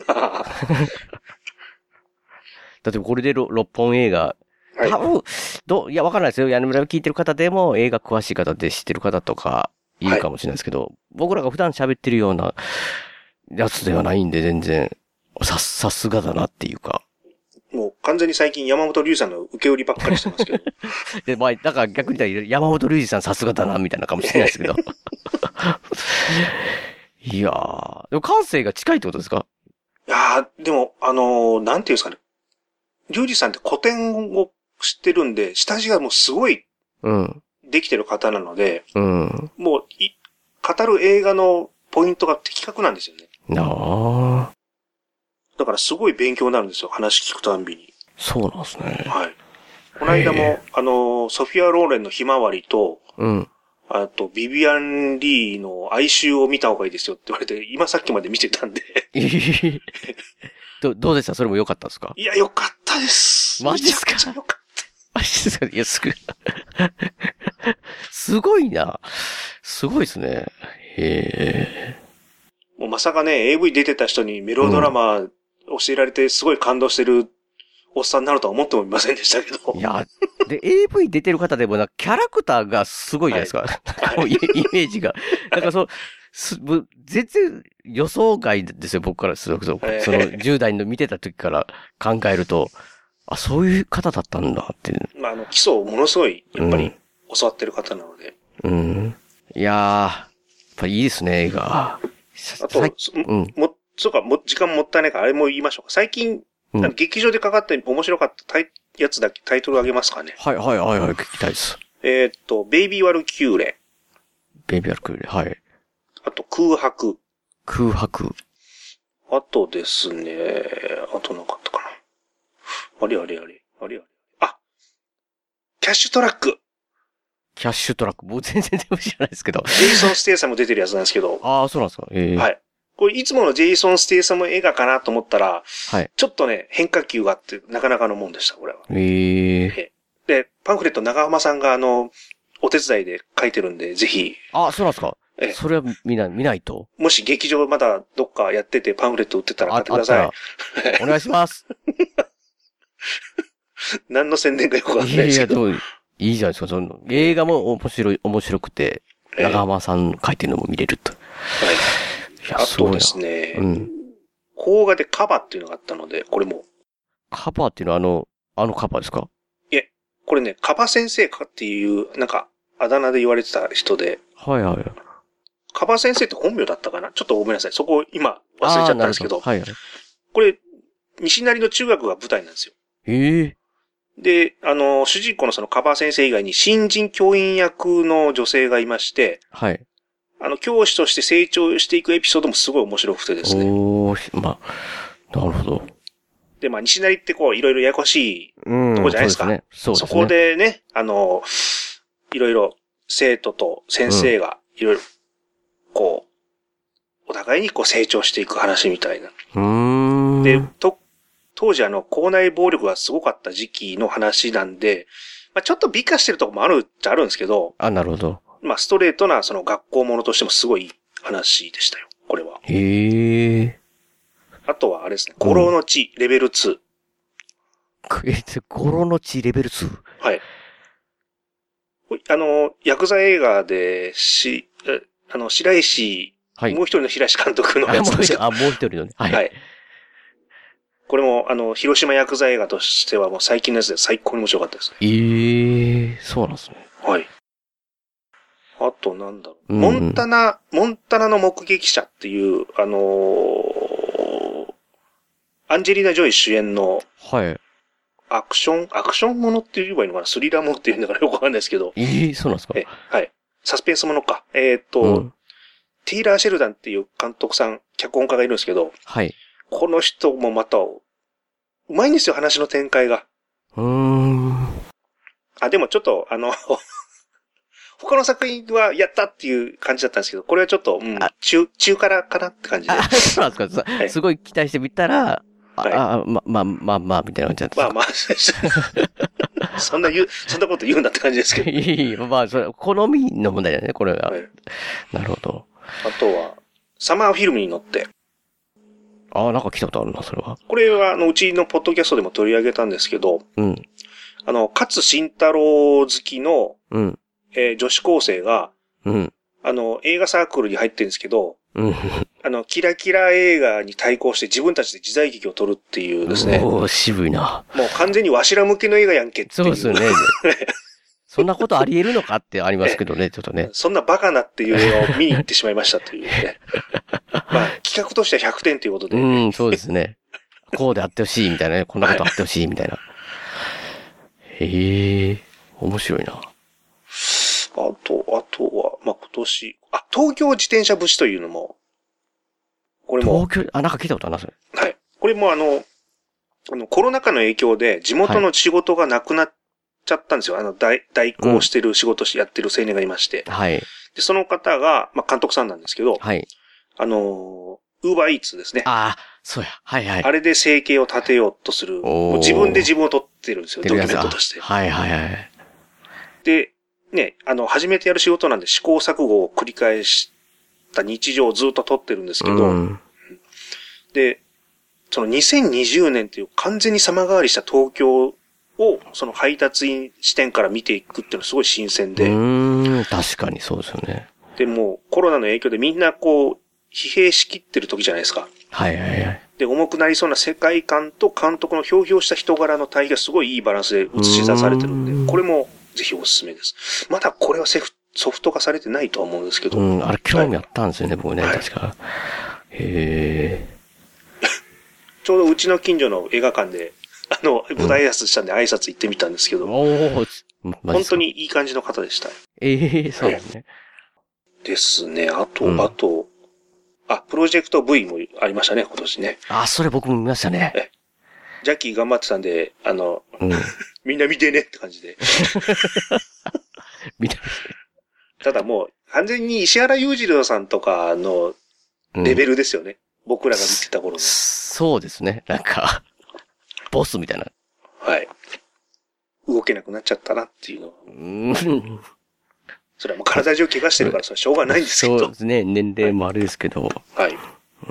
だってこれで6本映画、多分、いや、わからないですよ。屋根裏部屋聞いてる方でも映画詳しい方で知ってる方とかいるかもしれないですけど、僕らが普段喋ってるようなやつではないんで、全然、さすがだなっていうか。 もう完全に最近山本龍二さんの受け売りばっかりしてますけど。 で、まあ、だから逆に言ったら山本龍二さんさすがだな、みたいなかもしれないですけど。いやー、でも感性が近いってことですか？ いやー、でも、なんていうんですかね。龍二さんって古典を知ってるんで、下地がもうすごい、できてる方なので、もう、語る映画のポイントが的確なんですよね。だからすごい勉強になるんですよ。話聞くたんびに。 そうなんですね。 はい。この間も、ソフィア・ローレンのひまわりと、あと、ビビアン・リーの哀愁を見た方がいいですよって言われて、今さっきまで見てたんで。 どうでした？それも良かったですか？ いや、良かったです。 マジですか？ めちゃくちゃ良かった。 マジですか？いや、すごいな。すごいですね。 もうまさかね、AV 出てた人にメロドラマ教えられてすごい感動してるおっさんになるとは思ってもいませんでしたけど。 いや、で、AV 出てる方でもキャラクターがすごいじゃないですか。はい、イメージが。なんか全然予想外ですよ、僕からすると。その10代の見てた時から考えると、あ、そういう方だったんだって。 まあ、基礎をものすごい、やっぱり、教わってる方なので。 いやー、やっぱいいですね、映画。 あと、そうか、時間もったいないから、あれも言いましょうか。最近、劇場でかかった面白かったやつだけタイトルあげますかね。 はい、聞きたいです。 ベイビーワルキューレ。 ベイビーワルキューレ、はい。 あと、空白。あとですね、あとなかったかな。あれ。あ、キャッシュトラック。 もう全然知らないですけど。 ジェイソン・ステイサム出てるやつなんですけど。 ああ、そうなんですか。 はい。これいつものジェイソン・ステイサム映画かなと思ったら、 はい。 ちょっとね、変化球があってなかなかのもんでした、これは。 で、 パンフレット長浜さんがお手伝いで書いてるんで、ぜひ。 あ、そうなんですか。それは見ないと。 もし劇場まだどっかやっててパンフレット売ってたら買ってください。 お願いします。 何の宣伝かよくわかんないですけど。 いいじゃないですか。映画も面白くて、長浜さん書いてるのも見れると。はい。 あとですね、邦画でカバっていうのがあったので、これも。 カバっていうのはあのカバですか？ いえ、これね、カバ先生かっていう、なんか、あだ名で言われてた人で。 はいはい。 カバ先生って本名だったかな？ちょっとごめんなさい。そこ今忘れちゃったんですけど。 はい。 これ、西成の中学が舞台なんですよ。で、主人公のそのカバ先生以外に新人教員役の女性がいまして、 はい。 教師として成長していくエピソードもすごい面白くてですね。 なるほど。 で、西成ってこう、いろいろややこしいとこじゃないですか。 そうですね。 そこでね、いろいろ生徒と先生がいろいろ、こう、お互いにこう成長していく話みたいな。で、当時校内暴力がすごかった時期の話なんで、ちょっと美化してるところもあるっちゃあるんですけど。 あ、なるほど。 ストレートなその学校ものとしてもすごい話でしたよ、これは。あとはあれですね、孤狼の血、レベル2。 孤狼の血、レベル 2？ はい。ヤクザ映画で、白石、もう一人の白石監督のやつですけど。 もう一人のね。 はい。これも、広島ヤクザ映画としてはもう最近のやつで最高に面白かったです。 そうなんですね。 はい。あとなんだろう。モンタナの目撃者っていう、アンジェリーナ・ジョイ主演の、 はい。 アクションものって言えばいいのかな、スリラーものって言うんだからよくわかんないですけど。 そうなんですか？ はい。サスペンスものか。テイラー・シェルダンっていう監督さん、脚本家がいるんですけど、 はい。 この人もまた、うまいんですよ、話の展開が。でもちょっと、他の作品はやったっていう感じだったんですけど、これはちょっと、中辛かなって感じで。 そうなんですか？すごい期待してみたら、みたいな感じだった。 そんなこと言うんだって感じですけど。 それ、好みの問題だよね、これは。なるほど。 あとは、サマーフィルムに乗って。 なんか聞いたことあるな、それは。 これは、うちのポッドキャストでも取り上げたんですけど、勝慎太郎好きの、女子高生が、映画サークルに入ってるんですけど、キラキラ映画に対抗して自分たちで時代劇を撮るっていうですね。 渋いな。 もう完全にわしら向けの映画やんけっていう。 そうですよね。そんなことあり得るのかってありますけどね、ちょっとね。 そんなバカなっていうのを見に行ってしまいましたというね。企画としては100点ということで。 そうですね。こうであってほしいみたいなね。こんなことあってほしいみたいな。面白いな。 あとは、今年、東京自転車節というのも、これも。 なんか聞いたことあるな、それ。 はい。これもコロナ禍の影響で地元の仕事がなくなっちゃったんですよ。代行してる仕事やってる青年がいまして。 はい。 で、その方が、監督さんなんですけど、 はい。 ウーバーイーツですね。 そうや。はいはい。 あれで生計を立てようとする。もう自分で自分を撮ってるんですよ、ドキュメントとして。 はいはいはい。 で、ね、初めてやる仕事なんで試行錯誤を繰り返した日常をずっと撮ってるんですけど、で、 その2020年という完全に様変わりした東京を、その配達員視点から見ていくっていうのはすごい新鮮で。 確かにそうですよね。 でも、コロナの影響でみんなこう、疲弊しきってる時じゃないですか。 はいはいはい。 で、重くなりそうな世界観と監督のひょうひょうした人柄の対比がすごいいいバランスで映し出されてるんで、これもぜひおすすめです。まだこれはソフト化されてないとは思うんですけど。 あれ興味あったんですよね、僕ね、確か。 ちょうどうちの近所の映画館で、舞台挨拶したんで挨拶行ってみたんですけど、本当にいい感じの方でした。 そうですね。 ですね。あと、プロジェクト V もありましたね、今年ね。 それ僕も見ましたね。 ジャッキー頑張ってたんで、みんな見てねって感じで。ただもう、完全に石原裕次郎さんとかのレベルですよね。僕らが見てた頃の。 そうですね。なんか、ボスみたいな。 はい。動けなくなっちゃったなっていうのは。それはもう体中怪我してるから、それはしょうがないんですけど。 そうですね。年齢もあれですけど。 はい。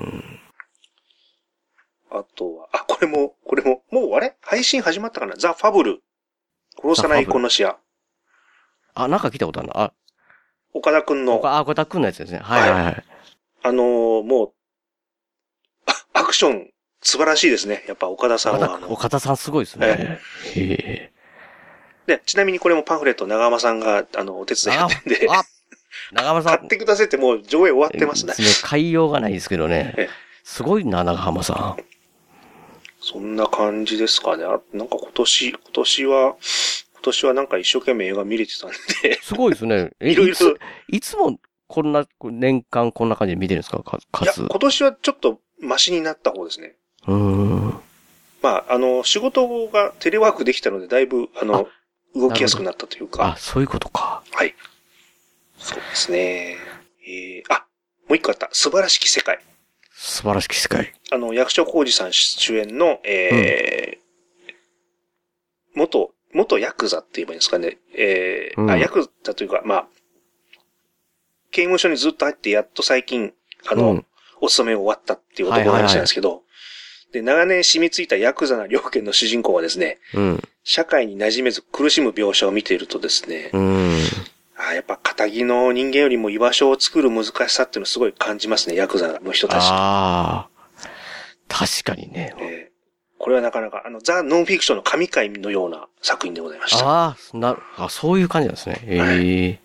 あとは、これも、もうあれ配信始まったかな？ザ・ファブル。殺さない殺し屋。 なんか聞いたことあるな。 岡田くんの。 岡田くんのやつですね。はいはいはい。 もう、アクション素晴らしいですね。やっぱ岡田さんは。 岡田さんすごいですね。 で、ちなみにこれもパンフレット長浜さんが、お手伝いやってんで。長浜さん。買ってくださいってもう上映終わってますね。 買いようがないですけどね。すごいな、長浜さん。 そんな感じですかね。なんか今年はなんか一生懸命映画見れてたんで。 すごいですね。 いろいろ。 いつもこんな、年間こんな感じで見てるんですか？ いや、今年はちょっとマシになった方ですね。まあ、仕事がテレワークできたので、だいぶ、動きやすくなったというか。 そういうことか。 はい。そうですね。もう一個あった。素晴らしき世界。 素晴らしき世界。 役所広司さん主演の、元ヤクザって言えばいいんですかね。ヤクザというか、まあ、刑務所にずっと入ってやっと最近、お勤め終わったっていう男の話なんですけど、で、長年染みついたヤクザな猟犬の主人公はですね、社会に馴染めず苦しむ描写を見ているとですね、やっぱ仇の人間よりも居場所を作る難しさっていうのをすごい感じますね、ヤクザの人たち。 確かにね。 これはなかなか、ザ・ノンフィクションの神回のような作品でございました。 そういう感じなんですね。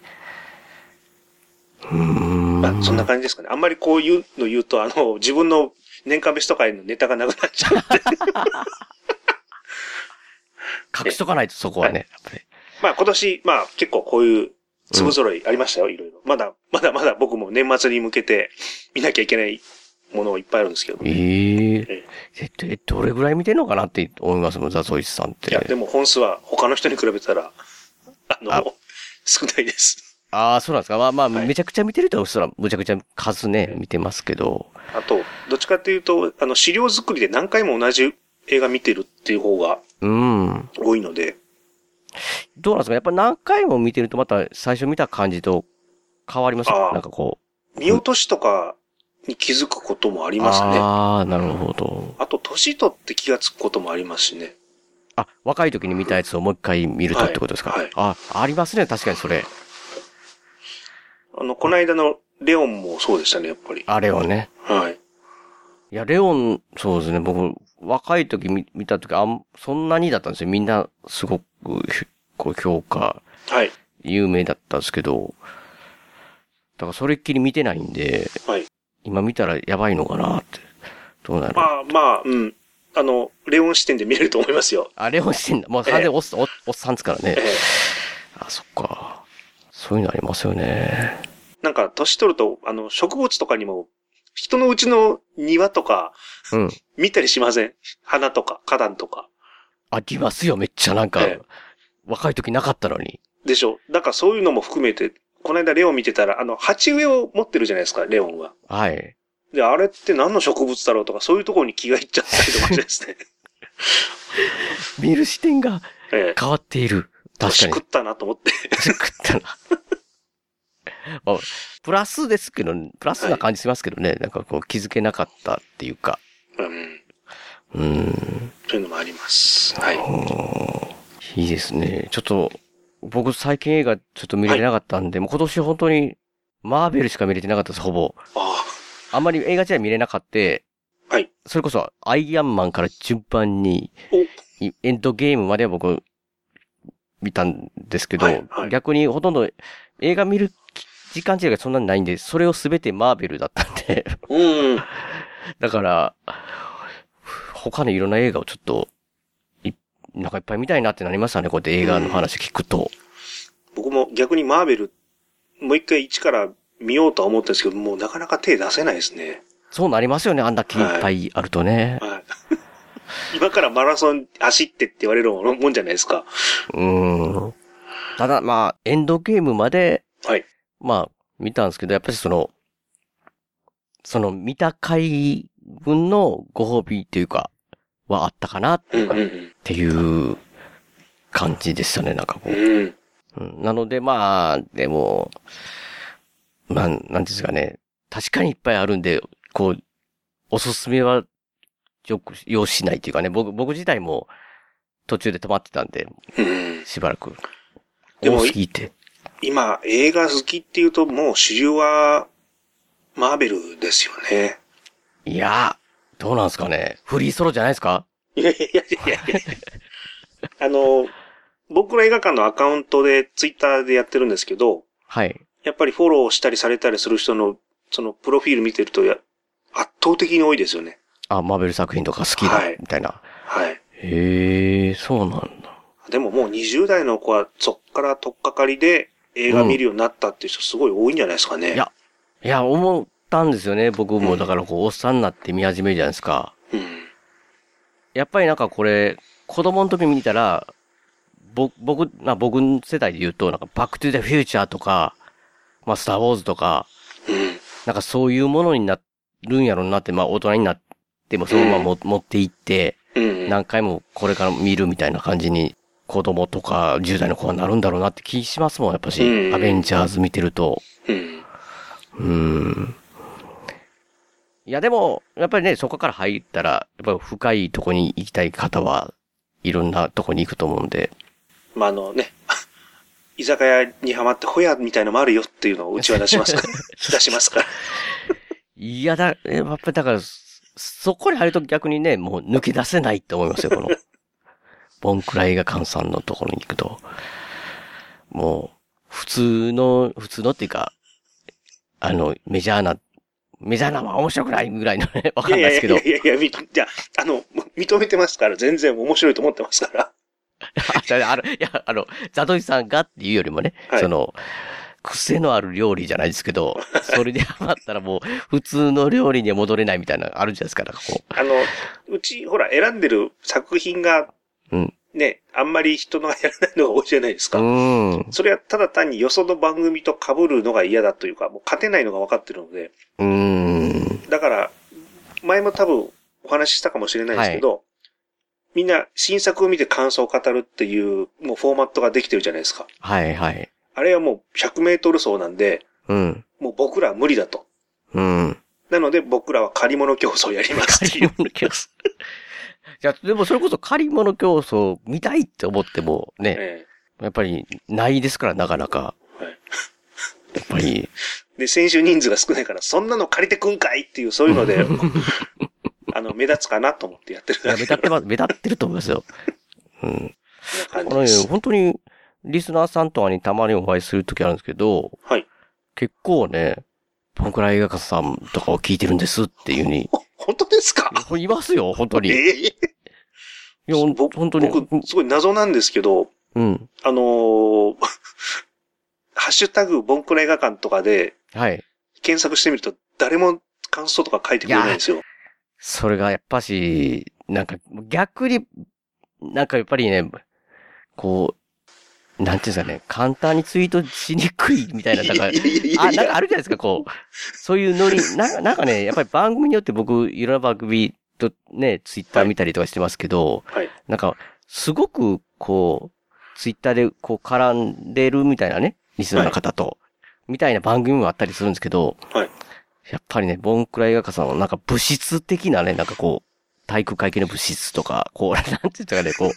そんな感じですかね。あんまりこういうの言うと、自分の年間ベスト回のネタがなくなっちゃうんで。 隠しとかないと、そこはね。 まあ今年、結構こういう粒揃いありましたよ、いろいろ。まだ僕も年末に向けて見なきゃいけないものいっぱいあるんですけど。 どれぐらい見てんのかなって思いますもん、ザ・ソイスさんって。 いや、でも本数は他の人に比べたら、少ないです。 そうなんですか。めちゃくちゃ見てるとしたら、むちゃくちゃ数ね、見てますけど。 あと、どっちかっていうと、資料作りで何回も同じ映画見てるっていう方が、多いので。 どうなんですか？やっぱ何回も見てるとまた最初見た感じと変わりますなんかこう。見落としとかに気づくこともありますね。 なるほど。 あと、年取って気がつくこともありますしね。 若い時に見たやつをもう一回見るとってことですか？ありますね、確かにそれ。 この間のレオンもそうでしたね、やっぱり。 レオンね。 はい。 いや、レオン、そうですね、僕、若い時見た時、そんなにだったんですよ。みんな、すごく、こう、評価、有名だったんですけど、だからそれっきり見てないんで、今見たらやばいのかなって。どうなる？ レオン視点で見れると思いますよ。 レオン視点だ。もう完全におっさんですからね。そっか。そういうのありますよね。 なんか、年取ると、植物とかにも、人のうちの庭とか、見たりしません？花とか、花壇とか。 ありますよ、めっちゃなんか、若い時なかったのに。 でしょ。だからそういうのも含めて、この間レオン見てたら、鉢植えを持ってるじゃないですか、レオンは。 はい。 で、あれって何の植物だろうとか、そういうところに気がいっちゃったりとかしてですね。 見る視点が変わっている。確かに。 食ったなと思って。 食ったな。プラスですけど、プラスな感じしますけどね。なんかこう気づけなかったっていうか。 そういうのもあります。はい。 いいですね。ちょっと、僕最近映画ちょっと見れてなかったんで、もう今年本当にマーベルしか見れてなかったです、ほぼ。あんまり映画自体見れなかった。 はい。 それこそアイアンマンから順番に、エンドゲームまでは僕見たんですけど、逆にほとんど映画見る時間自体がそんなにないんで、それをすべてマーベルだったんで。だから、他のいろんな映画をちょっと、なんかいっぱい見たいなってなりましたね、こうやって映画の話聞くと。 僕も逆にマーベル、もう一回一から見ようとは思ったんですけど、もうなかなか手出せないですね。 そうなりますよね、あんだけいっぱいあるとね。 はい。今からマラソン走ってって言われるもんじゃないですか。 ただ、まあ、エンドゲームまで、 はい。 まあ、見たんですけど、やっぱりその見た回分のご褒美っていうか、はあったかなっていう感じでしたね、なんかこう。なので、まあ、でも、なんですかね。確かにいっぱいあるんで、こう、おすすめは、要しないっていうかね、僕自体も途中で止まってたんで、しばらく。 でも、 多すぎて。 今、映画好きっていうと、もう主流は、マーベルですよね。 いや、どうなんですかね。フリーソロじゃないですか？ いや。僕ら映画館のアカウントで、ツイッターでやってるんですけど、 はい。 やっぱりフォローしたりされたりする人の、そのプロフィール見てると圧倒的に多いですよね。 マーベル作品とか好きだ、みたいな。 はい。 へえ、そうなんだ。 でももう20代の子はそっから取っかかりで映画見るようになったっていう人すごい多いんじゃないですかね。 いや、思ったんですよね。僕もだからこう、おっさんになって見始めるじゃないですか。やっぱりなんかこれ、子供の時見たら、僕の世代で言うと、なんかバックトゥザフューチャーとか、まあスターウォーズとか、なんかそういうものになるんやろうなって、まあ大人になってもそのまま持っていって、何回もこれから見るみたいな感じに、子供とか10代の子がなるんだろうなって気しますもん、やっぱし。アベンジャーズ見てると。いやでも、やっぱりね、そこから入ったら、やっぱり深いとこに行きたい方はいろんなとこに行くと思うんで。 まあ居酒屋にハマってホヤみたいのもあるよっていうのをうちは出しますから。出しますから。 いややっぱりだから、そこに入ると逆にね、もう抜け出せないって思いますよ、この。ボンクラ映画館さんのところに行くと。もう、普通のっていうか、メジャーなは面白くないぐらいのね、わかんないですけど。 いや、じゃあ、認めてますから、全然面白いと思ってますから。 ザドイさんがっていうよりもね、はい、癖のある料理じゃないですけど、それでハマったらもう、普通の料理には戻れないみたいなのあるじゃないですか、なんかこう。うち、ほら、選んでる作品が、ね、あんまり人のやらないのが多いじゃないですか。それはただ単によその番組と被るのが嫌だというか、もう勝てないのが分かってるので。だから、前も多分お話ししたかもしれないですけど、はい、みんな新作を見て感想を語るっていう、もうフォーマットができてるじゃないですか。 はいはい。 あれはもう100メートル走なんで、もう僕らは無理だと。なので僕らは借り物競争やりますっていう。 借り物競争。いや、でもそれこそ借り物競争見たいって思ってもね、やっぱりないですから、なかなか。やっぱり。 で、選手人数が少ないから、そんなの借りてくんかいっていう、そういうので、目立つかなと思ってやってる。 目立ってると思いますよ。本当に、リスナーさんとかにたまにお会いするときあるんですけど、 はい。 結構ね、ボンクラ映画館さんとかを聞いてるんですっていうに。 本当ですか？ いますよ、本当に。いや、本当に。 僕、すごい謎なんですけど、ハッシュタグボンクラ映画館とかで、検索してみると誰も感想とか書いてくれないんですよ。 それがやっぱし、なんか逆に、なんかやっぱりね、こう、なんていうんですかね、簡単にツイートしにくいみたいな、なんかあるじゃないですか、こう。そういうノリ、なんかね、やっぱり番組によって僕、いろんな番組とね、ツイッター見たりとかしてますけど、なんか、すごく、こう、ツイッターでこう絡んでるみたいなね、リスナーの方と、みたいな番組もあったりするんですけど、やっぱりね、ボンクラ映画館さんのなんか物質的なね、なんかこう、 体育会系の物質とか、こう、なんていうんですかね、こう。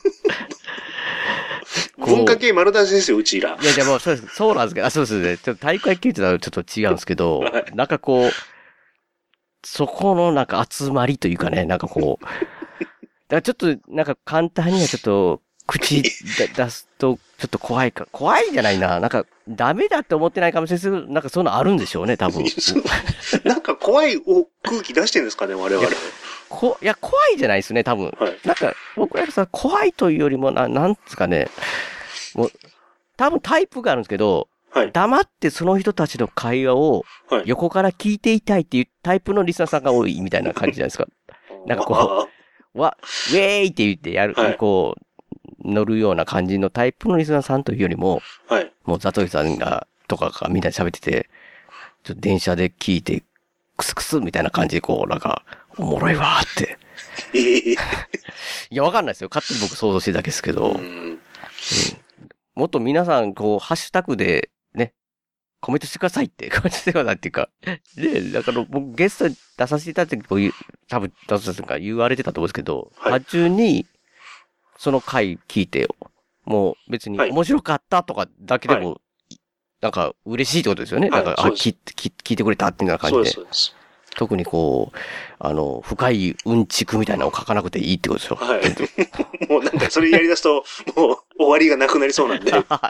文化系丸出しですよ、うちら。 いや、でもそうなんですけど、そうですね。ちょっと体育会系ってのはちょっと違うんですけど、はい、なんかこう、そこのなんか集まりというかね、なんかこう、だからちょっとなんか簡単にはちょっと口出すとちょっと怖いじゃないな。なんかダメだって思ってないかもしれないですけど、なんかそういうのあるんでしょうね、多分。 なんか怖い空気出してるんですかね、我々。 いや、怖いじゃないですね、多分。はい、なんか、僕らさ、怖いというよりも、なんですかね。もう、多分タイプがあるんですけど、はい、黙ってその人たちの会話を横から聞いていたいっていうタイプのリスナーさんが多いみたいな感じじゃないですか。なんかこう、ウェーイって言ってやる、はい、こう、乗るような感じのタイプのリスナーさんというよりも、はい、もうザトイさんが、とかがみんなで喋ってて、ちょっと電車で聞いて、クスクスみたいな感じでこう、なんか、おもろいわーって。いや、わかんないですよ。勝手に僕想像してるだけですけど、もっと皆さん、こう、ハッシュタグで、ね、コメントしてくださいって、コメントしてくださいっていうか、で、だから僕ゲストに出させていただいて、多分、ダスさんが言われてたと思うんですけど、はい、単純に、その回聞いてよ。もう別に面白かったとかだけでも、はい、なんか嬉しいってことですよね。はい、なんか、聞いてくれたっていうような感じで。そうです。特にこう、深いうんちくみたいなのを書かなくていいってことですよ。はい。 もうなんかそれやり出すと、もう終わりがなくなりそうなんで。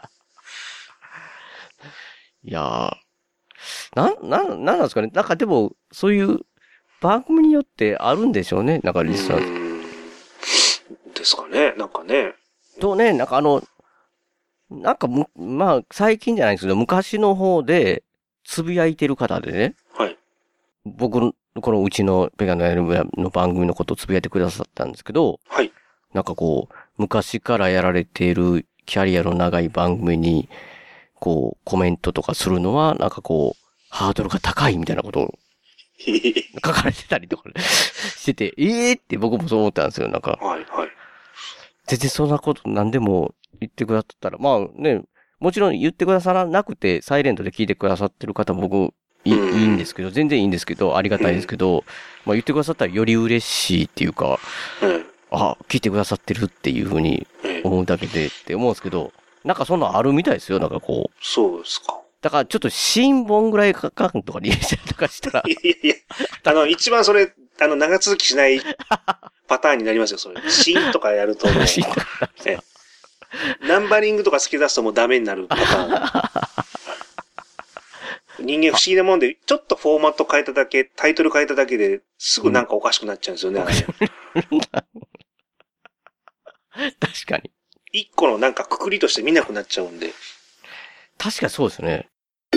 いやー、なんですかね。なんかでも、そういう番組によってあるんでしょうね。なんかリスナー。 ですかね。なんかね。 とね、なんかなんかまあ、最近じゃないんですけど、昔の方で、つぶやいてる方でね。はい。僕の、このうちのペガのの番組のことをつぶやいてくださったんですけど。はい。なんかこう、昔からやられているキャリアの長い番組に、こう、コメントとかするのは、なんかこう、ハードルが高いみたいなことを書かれてたりとかしてて、って僕もそう思ったんですよ、なんか。はいはい。全然そんなこと何でも言ってくださったら、まあね、もちろん言ってくださらなくて、サイレントで聞いてくださってる方も僕、いいんですけど、全然いいんですけど、ありがたいですけど、まあ言ってくださったらより嬉しいっていうか、聞いてくださってるっていうふうに思うだけでって思うんですけど、なんかそんなあるみたいですよ、なんかこう。 そうですか。 だからちょっと新本ぐらいかかんとかに入れちゃとかしたら。いや、一番それ、長続きしないパターンになりますよ、それ。新とかやるともう。ナンバリングとか付け出すともうダメになるパターン。人間不思議なもんで、ちょっとフォーマット変えただけ、タイトル変えただけですぐなんかおかしくなっちゃうんですよね、 確かに。 一個のなんかくくりとして見なくなっちゃうんで。 確かにそうですね。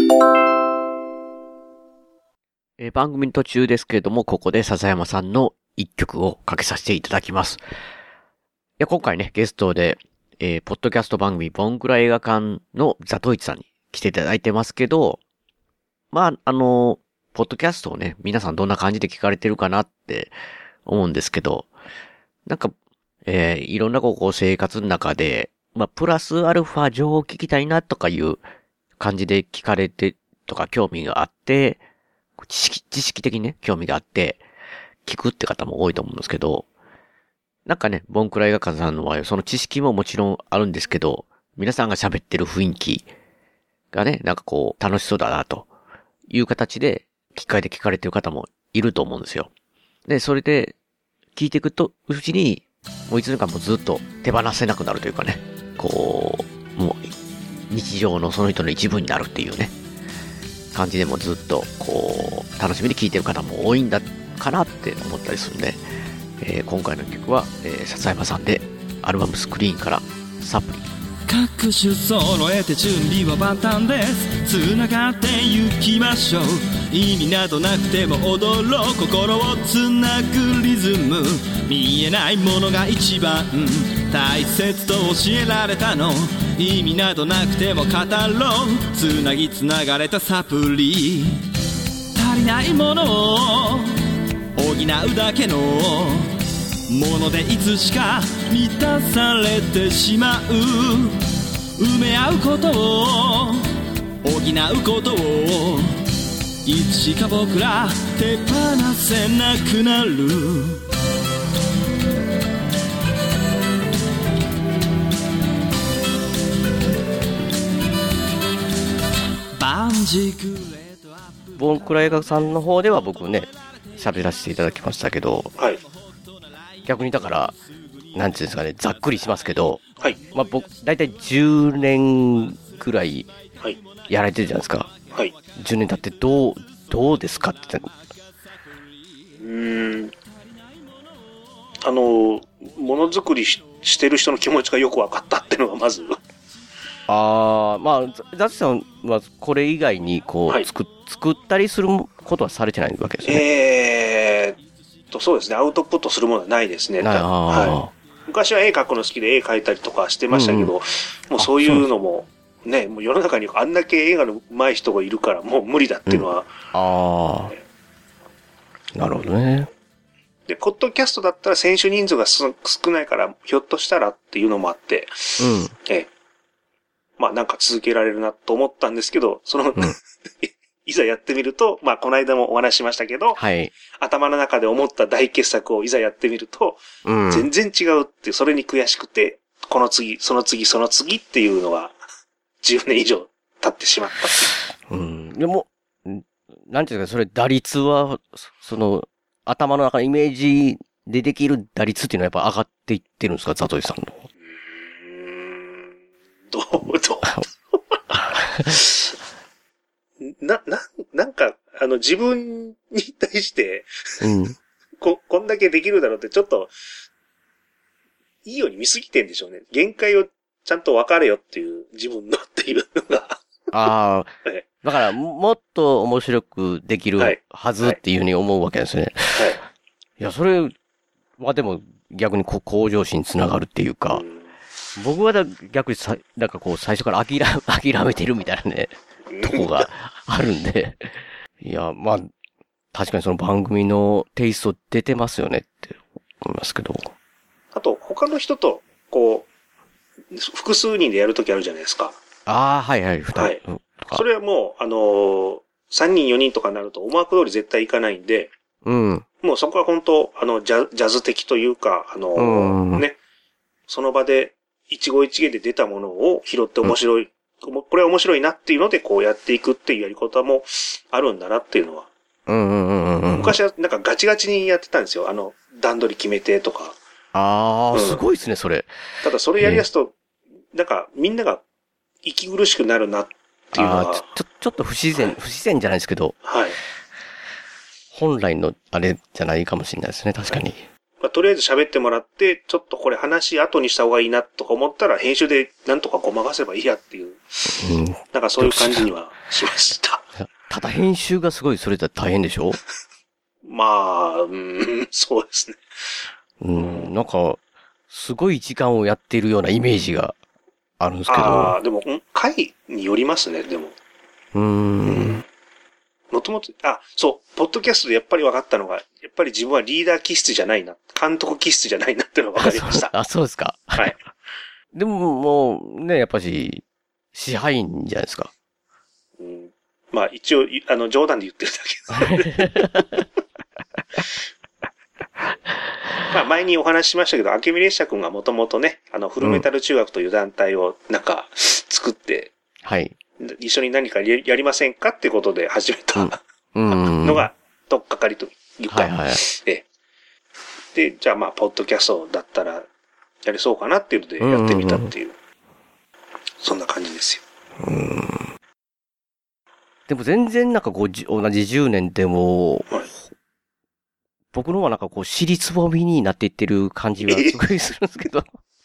番組の途中ですけれども、ここで笹山さんの一曲をかけさせていただきます。いや、今回ね、ゲストで、ポッドキャスト番組、ボンクラ映画館のザトイチさんに来ていただいてますけど、まあ、ポッドキャストをね、皆さんどんな感じで聞かれてるかなって思うんですけど、なんか、いろんなこう生活の中で、まあ、プラスアルファ情報を聞きたいなとかいう感じで聞かれてとか興味があって、知識的にね、興味があって、聞くって方も多いと思うんですけど、なんかね、ボンクラ映画館さんの場合、その知識ももちろんあるんですけど、皆さんが喋ってる雰囲気がね、なんかこう、楽しそうだなという形で、機械で聞かれてる方もいると思うんですよ。で、それで、聞いていくと、うちに、もういつの間かもずっと手放せなくなるというかね、こう、もう、日常のその人の一部になるっていうね、感じでもずっと、こう、楽しみに聞いてる方も多いんだかなって思ったりするんで、今回の曲は、笹山さんで、アルバムスクリーンからサプリ。 各種揃えて準備は万端です。つながってゆきましょう。意味などなくても踊ろう。心をつなぐリズム。見えないものが一番大切と教えられたの。意味などなくても語ろう。つなぎつながれたサプリ。足りないものを補うだけのものでいつしか満たされてしまう。埋め合うことを補うことをいつしか僕ら手放せなくなる。 ボンクラ映画さんの方では僕ね、喋らせていただきましたけど、 はい。 逆にだから、なんていうんですかね、ざっくりしますけど、 はい。 まあ僕、だいたい10年くらい、やられてるじゃないですか。 はい。 10年経ってどうですかって。 ものづくりしてる人の気持ちがよく分かったっていうのがまず。 まあ、ザツさんはこれ以外にこう、はい、作ったりすることはされてないわけですね。 そうですね。アウトプットするものはないですね。はい、昔は絵描くの好きで絵描いたりとかしてましたけど、もうそういうのも、ね、もう世の中にあんだけ映画の上手い人がいるからもう無理だっていうのは。 なるほどね。 で、ポッドキャストだったら選手人数が少ないから、ひょっとしたらっていうのもあって、まあなんか続けられるなと思ったんですけど、いざやってみると、まあこの間もお話ししましたけど、 はい、 頭の中で思った大傑作をいざやってみると、全然違うっていう、それに悔しくて、この次、その次、その次っていうのが、10年以上経ってしまったっていう。 でも、なんていうか、それ打率は、頭の中のイメージでできる打率っていうのはやっぱ上がっていってるんですか、ザトイさんの。 なんか、自分に対して、こんだけできるだろうってちょっと、いいように見すぎてんでしょうね。限界をちゃんと分かれよっていう、自分のっていうのが。 だから、もっと面白くできるはずっていうふうに思うわけですね。いや、それはでも逆に向上心につながるっていうか、僕は逆になんかこう最初から諦めてるみたいなね、とこがあるんで。いや、まあ、確かにその番組のテイスト出てますよねって思いますけど。 あと、他の人と、こう、複数人でやるときあるじゃないですか。 はいはい、 はい。それはもう、3人4人とかになると思惑通り絶対いかないんで、もうそこは本当、ジャズ的というか、ね、その場で一期一会で出たものを拾って面白い、これは面白いなっていうのでこうやっていくっていうやり方もあるんだなっていうのは。昔はなんかガチガチにやってたんですよ。段取り決めてとか。 すごいですね、それ。 ただそれやりやすと、なんかみんなが息苦しくなるなっていうのは。 ちょっと不自然じゃないですけど。 はい。 本来のあれじゃないかもしれないですね、確かに。 まあ、とりあえず喋ってもらって、ちょっとこれ話後にした方がいいなとか思ったら、編集でなんとかごまかせばいいやっていう。なんかそういう感じにはしました。 ただ編集がすごいそれだ大変でしょまあ、そうですね。 なんか、すごい時間をやっているようなイメージがあるんですけど。 でも、回によりますね、でも。もともと、そう、ポッドキャストでやっぱり分かったのが、やっぱり自分はリーダー気質じゃないな、監督気質じゃないなっていうのが分かりました。 そうですか。 はい。 でももう、ね、やっぱし、支配人じゃないですか。 まあ一応、冗談で言ってるだけ。まあ前にお話ししましたけど、明美列車君がもともとね、フルメタル中学という団体をなんか作って、一緒に何かやりませんかってことで始めたのが、とっかかりというか、で、じゃあまあ、ポッドキャストだったら、やれそうかなっていうのでやってみたっていう、そんな感じですよ。 でも全然なんか同じ10年でも、僕の方はなんかこう、尻つぼみになっていってる感じがすごいするんですけど。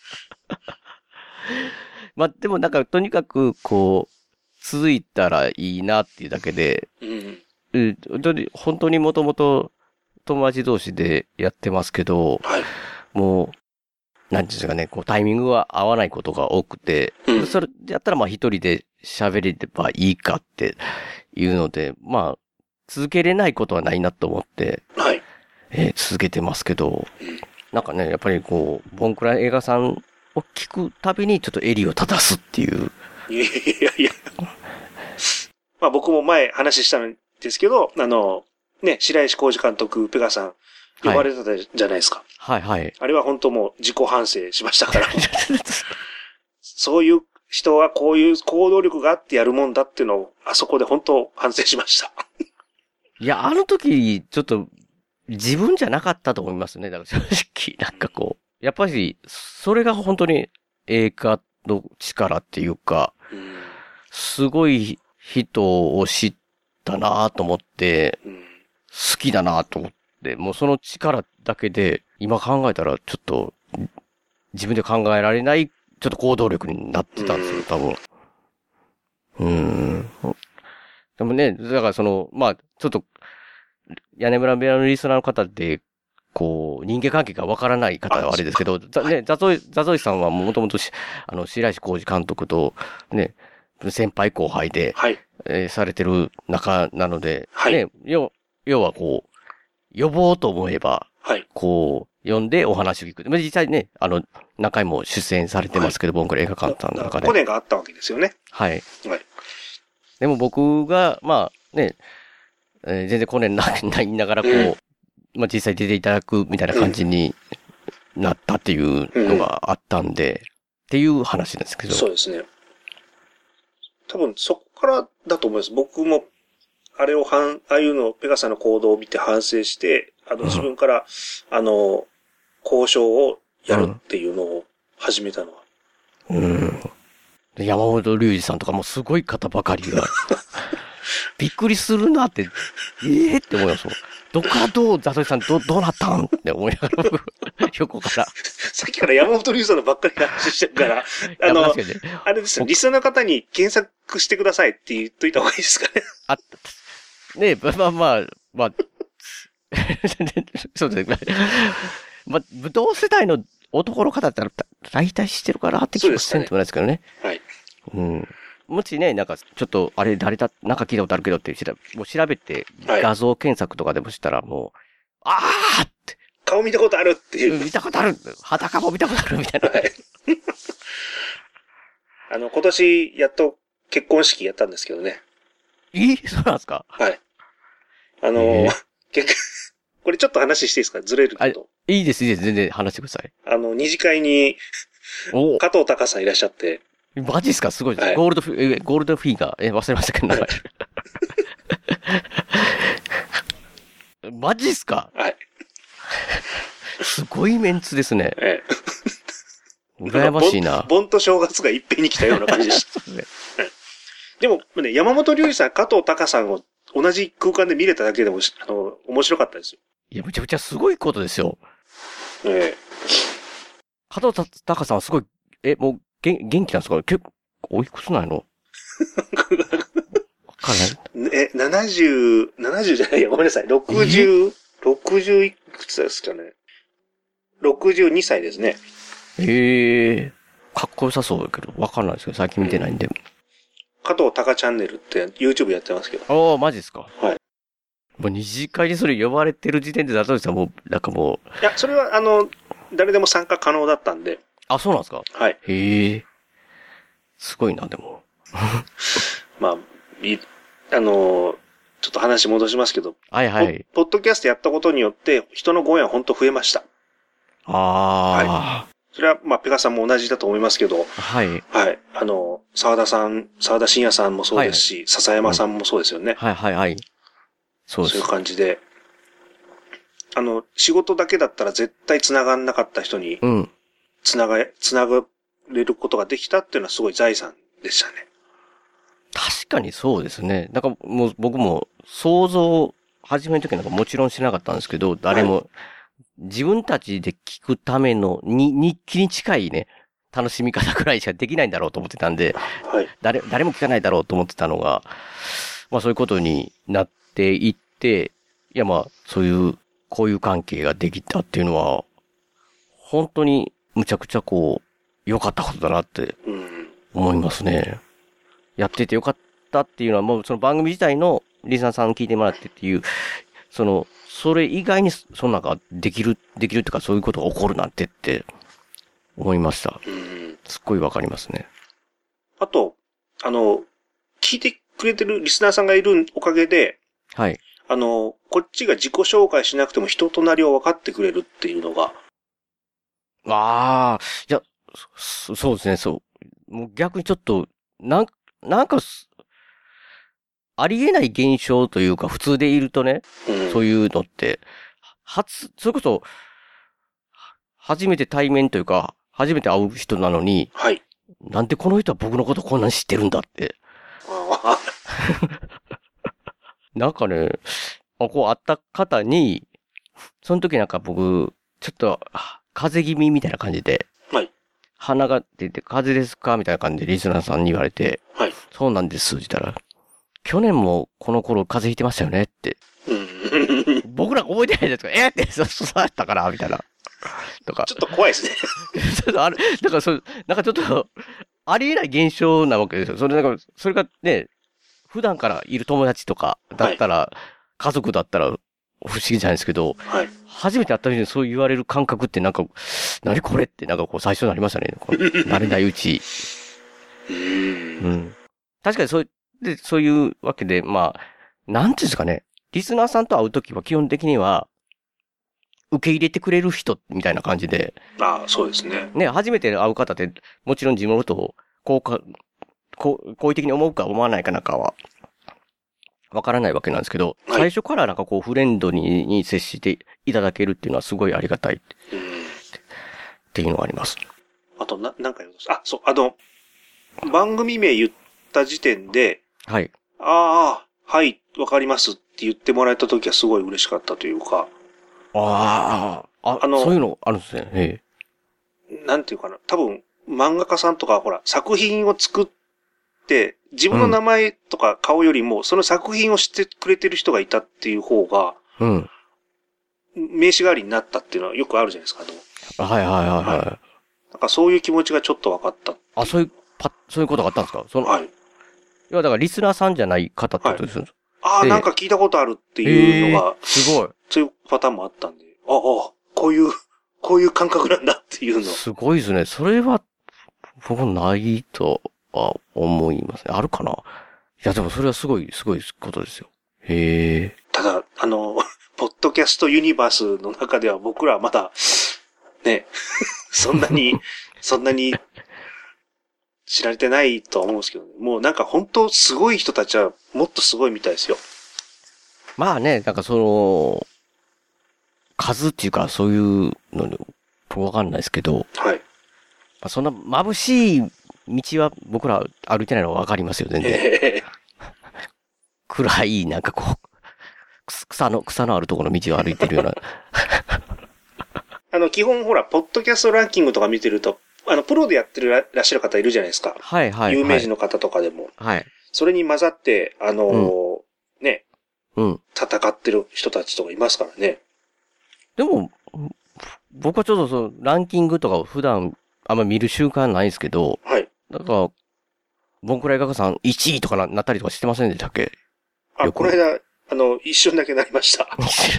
まあでもなんかとにかくこう、続いたらいいなっていうだけで、本当にもともと友達同士でやってますけど、もう、なんていうんですかね、こうタイミングが合わないことが多くて、それやったらまあ一人で喋れればいいかっていうので、まあ、続けれないことはないなと思って、続けてますけど、なんかね、やっぱりこう、ボンクラ映画さんを聞くたびにちょっと襟を正すっていう。 いや。まあ僕も前話したんですけど、ね、白石浩二監督、ペガさん、呼ばれてたじゃないですか。 はいはい。 あれは本当もう自己反省しましたから。そういう人はこういう行動力があってやるもんだっていうのを、あそこで本当反省しました。 いや、あの時、ちょっと、自分じゃなかったと思いますね。だから正直、なんかこう、やっぱり、それが本当に映画の力っていうか、すごい人を知ったなと思って、好きだなと思って、もうその力だけで、今考えたらちょっと、自分で考えられない、ちょっと行動力になってたんですよ、多分。でもね、だからまあ、ちょっと、屋根裏部屋のリスナーの方で、こう、人間関係がわからない方はあれですけど、ね、ザゾイさんはもともと、白石浩二監督と、ね、先輩後輩で、はい、されてる中なので、はい、ね、要はこう、呼ぼうと思えば、はい、こう、呼んでお話を聞く。実際ね、何回も出演されてますけど、ボンクレ映画館の中で。 コネがあったわけですよね。 はい。はい。でも僕が、まあね、全然コネないながらこう、まあ実際出ていただくみたいな感じになったっていうのがあったんで、っていう話ですけど。 そうですね。多分そこからだと思います。僕も、ああいうの、ペガさんの行動を見て反省して、自分から、交渉をやるっていうのを始めたのは。 山本龍二さんとかもすごい方ばかりが。びっくりするなって、って思いますもん。どっからザトイさんどうなったんって思いながら、横から。 さっきから山本龍二さんのばっかり話してるから、あれですよ、リスナーの方に検索してくださいって言っといた方がいいですかね。 ねえ、まあ、そうですね。まあ、同世代の男の方だったら大体知ってるかなって気がせんでもないですけどね。 はい。 もしね、なんか、ちょっと、あれ、なんか聞いたことあるけどってもう調べて、画像検索とかでもしたら、もう、って。 顔見たことあるっていう。 見たことある裸も見たことあるみたいな。はい。 今年、やっと結婚式やったんですけどね。 そうなんですか？ はい。これちょっと話していいですか？ずれるけど。 いいです。全然話してください。 二次会に、加藤隆さんいらっしゃって。 マジっすか？すごいです。はい、ゴールドフィーガー。忘れましたけど、名前。マジっすか？ はい。 すごいメンツですね。羨ましいな。 盆と正月がいっぺんに来たような感じでした。でもね、山本龍二さん、加藤隆さんを同じ空間で見れただけでも、面白かったですよ。 いや、むちゃくちゃすごいことですよ。加藤隆さんはすごい、もう、元気なんですか？結構、おいくつなの？わかんない。 70じゃないよ。ごめんなさい。60いくつですかね。62歳ですね。 かっこよさそうだけど、わかんないですけど、最近見てないんで。 加藤隆チャンネルって YouTube やってますけど。 マジですか？ はい。 もう二次会にそれ呼ばれてる時点で、ザトウさんもなんかもう。 いや、それは誰でも参加可能だったんで。 そうなんですか？ はい。 すごいな、でも。 まあ、ちょっと話戻しますけど。 はいはい。 ポッドキャストやったことによって、人のご縁は本当増えました。はい。それは、まあ、ペガさんも同じだと思いますけど。 はい。 はい。沢田信也さんもそうですし、笹山さんもそうですよね。 はい。そうです。 そういう感じで。仕事だけだったら絶対繋がんなかった人に、繋がれることができたっていうのはすごい財産でしたね。 確かにそうですね。なんかもう僕も想像始めるときなんかもちろんしなかったんですけど、誰も自分たちで聞くための日記に近いね、楽しみ方くらいしかできないんだろうと思ってたんで、 はい、 誰も聞かないだろうと思ってたのが、まあそういうことになっていって、いやまあそういう交友関係ができたっていうのは、本当にむちゃくちゃこう、良かったことだなって思いますね。やってて良かったっていうのはもうその番組自体のリスナーさん聞いてもらってっていう、それ以外にそのなんかできるっていうかそういうことが起こるなんてって思いました。すっごいわかりますね。 あと、聞いてくれてるリスナーさんがいるおかげで、 はい。 こっちが自己紹介しなくても人となりを分かってくれるっていうのが。 いや、そうですね、そう。 もう逆にちょっと、なんか、ありえない現象というか、普通でいるとね、そういうのって、それこそ、初めて対面というか、初めて会う人なのに、 はい。 なんでこの人は僕のことこんなに知ってるんだって。なんかね、こう会った方に、その時なんか僕、ちょっと、風邪気味みたいな感じで、 はい。 鼻が出て、風邪ですかみたいな感じでリスナーさんに言われて、 はい。 そうなんです、言ったら、去年もこの頃風邪ひいてましたよねって。僕ら覚えてないですかってそうだったから、みたいな。とか。 ちょっと怖いですね。 ちょっとだからなんかちょっと、ありえない現象なわけですよ。それがね、普段からいる友達とかだったら、はい、家族だったら不思議じゃないですけど、はい、初めて会った人にそう言われる感覚ってなんか、何これってなんかこう最初になりましたね。慣れないうち。うん。確かにそういうわけで、まあ、なんていうんですかね。リスナーさんと会うときは基本的には、受け入れてくれる人みたいな感じで。 ああ、そうですね。 ね、初めて会う方って、もちろん自分のことを、好意的に思うか思わないかなんかは、わからないわけなんですけど、はい、最初からなんかこうフレンドに接していただけるっていうのはすごいありがたいっていうのがあります。 あと、なんか言うと、そう、番組名言った時点で、 はい。 はい、わかりますって言ってもらえた時はすごい嬉しかったというか。 そういうのあるんですね。 なんていうかな、多分、漫画家さんとか、ほら、作品を作って、自分の名前とか顔よりも、その作品を知ってくれてる人がいたっていう方が、名刺代わりになったっていうのはよくあるじゃないですか。 はい。 なんかそういう気持ちがちょっと分かった。 そういうことがあったんですかはい。いや、だからリスナーさんじゃない方ってことですよ。 はい、なんか聞いたことあるっていうのが、 すごい。 そういうパターンもあったんで、こういう感覚なんだっていうの。 すごいですね。それは、僕ないとは思いますね。あるかな？いや、でもそれはすごいことですよ。 ただ、ポッドキャストユニバースの中では僕らはまだ、ね、そんなに知られてないとは思うんですけど、ね、もうなんか本当すごい人たちはもっとすごいみたいですよ。 まあね、なんか数っていうかそういうのにわかんないですけど、 はい。まあ、そんな眩しい道は僕ら歩いてないのはわかりますよ、全然。暗い、なんかこう、草のあるところの道を歩いてるような。基本ほら、ポッドキャストランキングとか見てると、プロでやってらっしゃる方いるじゃないですか。 はい。 有名人の方とかでも。 はい。 それに混ざって、ね。戦ってる人たちとかいますからね。 でも、僕はちょっとランキングとかを普段あんま見る習慣ないんですけど、 はい。 なんか、ボンクライガガさん1位とかなったりとかしてませんでしたっけ？ この間、一瞬だけなりました。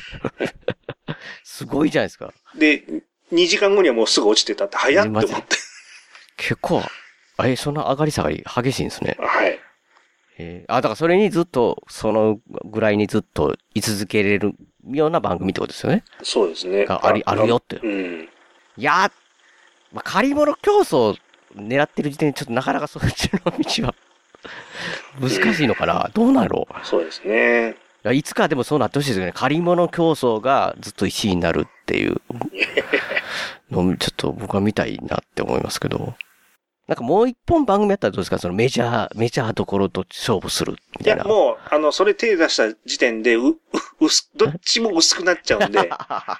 すごいじゃないですか。 で、2時間後にはもうすぐ落ちてたって早って思って。 結構、そんな上がり下がり激しいんですね。 はい。 だからそれにずっと、そのぐらいにずっと居続けれるような番組ってことですよね。 そうですね。 あるよって。いや借り物競争狙ってる時点でちょっとなかなかそっちの道は難しいのかな、どうなろう。そうですね。 いつかでもそうなってほしいですよね。借り物競争がずっと1位になるっていうのちょっと僕は見たいなって思いますけど。なんかもう一本番組やったらどうですか？そのメジャーどころと勝負するみたいな。 いや、もう、それ手出した時点で、どっちも薄くなっちゃうんで、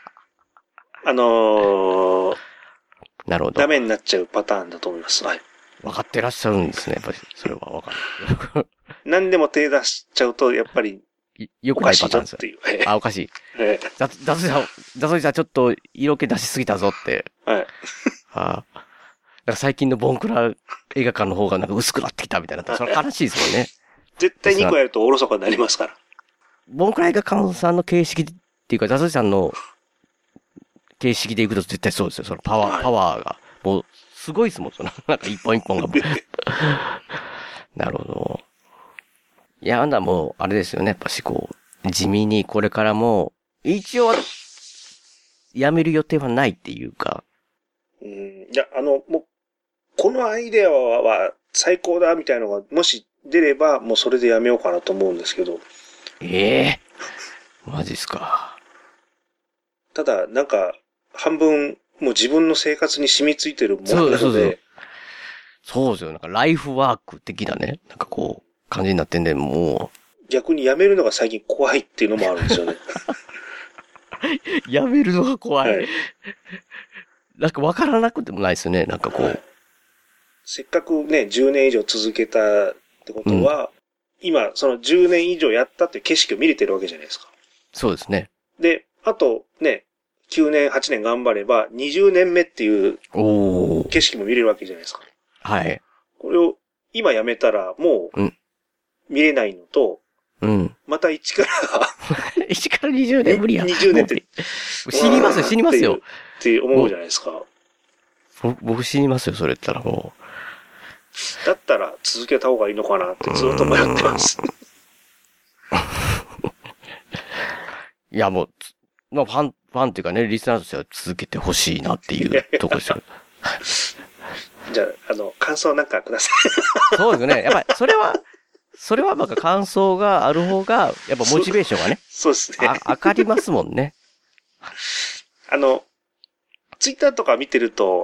なるほど。 ダメになっちゃうパターンだと思います。はい。 分かってらっしゃるんですね。やっぱり、それは分かる。 何でも手出しちゃうと、やっぱり、 よくないパターンですよ。おかしい。ダソリさんちょっと色気出しすぎたぞって。 はい。 なんか最近のボンクラ映画館の方がなんか薄くなってきたみたいな。それ悲しいですもんね。 絶対2個やるとおろそかになりますから。 ボンクラ映画館さんの形式っていうか、ダソリさんの形式でいくと絶対そうですよ。そのパワーが。もう、すごいですもん。なんか一本一本が。なるほど。いや、もう、あれですよね。やっぱしこう、地味にこれからも、一応、やめる予定はないっていうか。 いや、もう、 このアイデアは最高だみたいなのがもし出れば、もうそれでやめようかなと思うんですけど。 マジっすか。 ただ、なんか、半分、もう自分の生活に染みついてるものなので。 そうですよ。なんかライフワーク的なね、なんかこう、感じになってんで、もう。逆にやめるのが最近怖いっていうのもあるんですよね。 やめるのが怖い。はい、なんかわからなくてもないですよね、なんかこう。はい、 せっかくね、10年以上続けたってことは、今、その10年以上やったっていう景色を見れてるわけじゃないですか。 そうですね。 で、あとね、9年、8年頑張れば、20年目っていう景色も見れるわけじゃないですか。 はい。 これを今やめたらもう見れないのと、また一から 1から20年無理や。 20年って死にますよ。 って思うじゃないですか。 僕死にますよ、それ言ったらもう。 だったら続けた方がいいのかなってずっと迷ってます。 いやもう、ファンっていうかね、リスナーとしては続けてほしいなっていうとこですよ。 じゃあ、感想なんかください。そうですね。やっぱり、それはなんか感想がある方が、やっぱモチベーションがね。 そうですね。 上がりますもんね。 ツイッターとか見てると、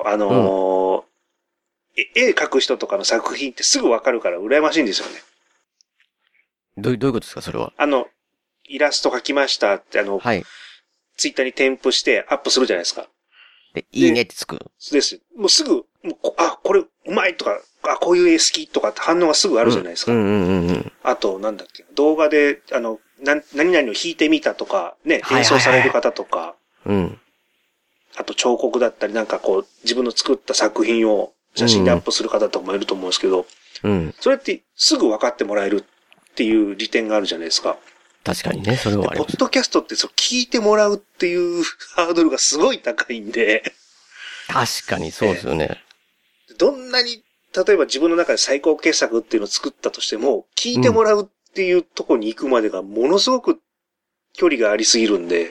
絵描く人とかの作品ってすぐわかるから羨ましいんですよね。 どういうことですか、それは。 イラスト描きましたって、 はい。 ツイッターに添付してアップするじゃないですか。 で、いいねってつく。 です。もうすぐ、これうまいとか、こういう絵好きとかって反応がすぐあるじゃないですか。あと、なんだっけ、動画で、何々を弾いてみたとか、ね、演奏される方とか、あと彫刻だったり、なんかこう、自分の作った作品を写真でアップする方とかもいると思うんですけど、それってすぐ分かってもらえるっていう利点があるじゃないですか。 確かにね、それはあります。 ポッドキャストって聞いてもらうっていうハードルがすごい高いんで。 確かにそうですよね。 どんなに、例えば自分の中で最高傑作っていうのを作ったとしても、聞いてもらうっていうところに行くまでがものすごく距離がありすぎるんで。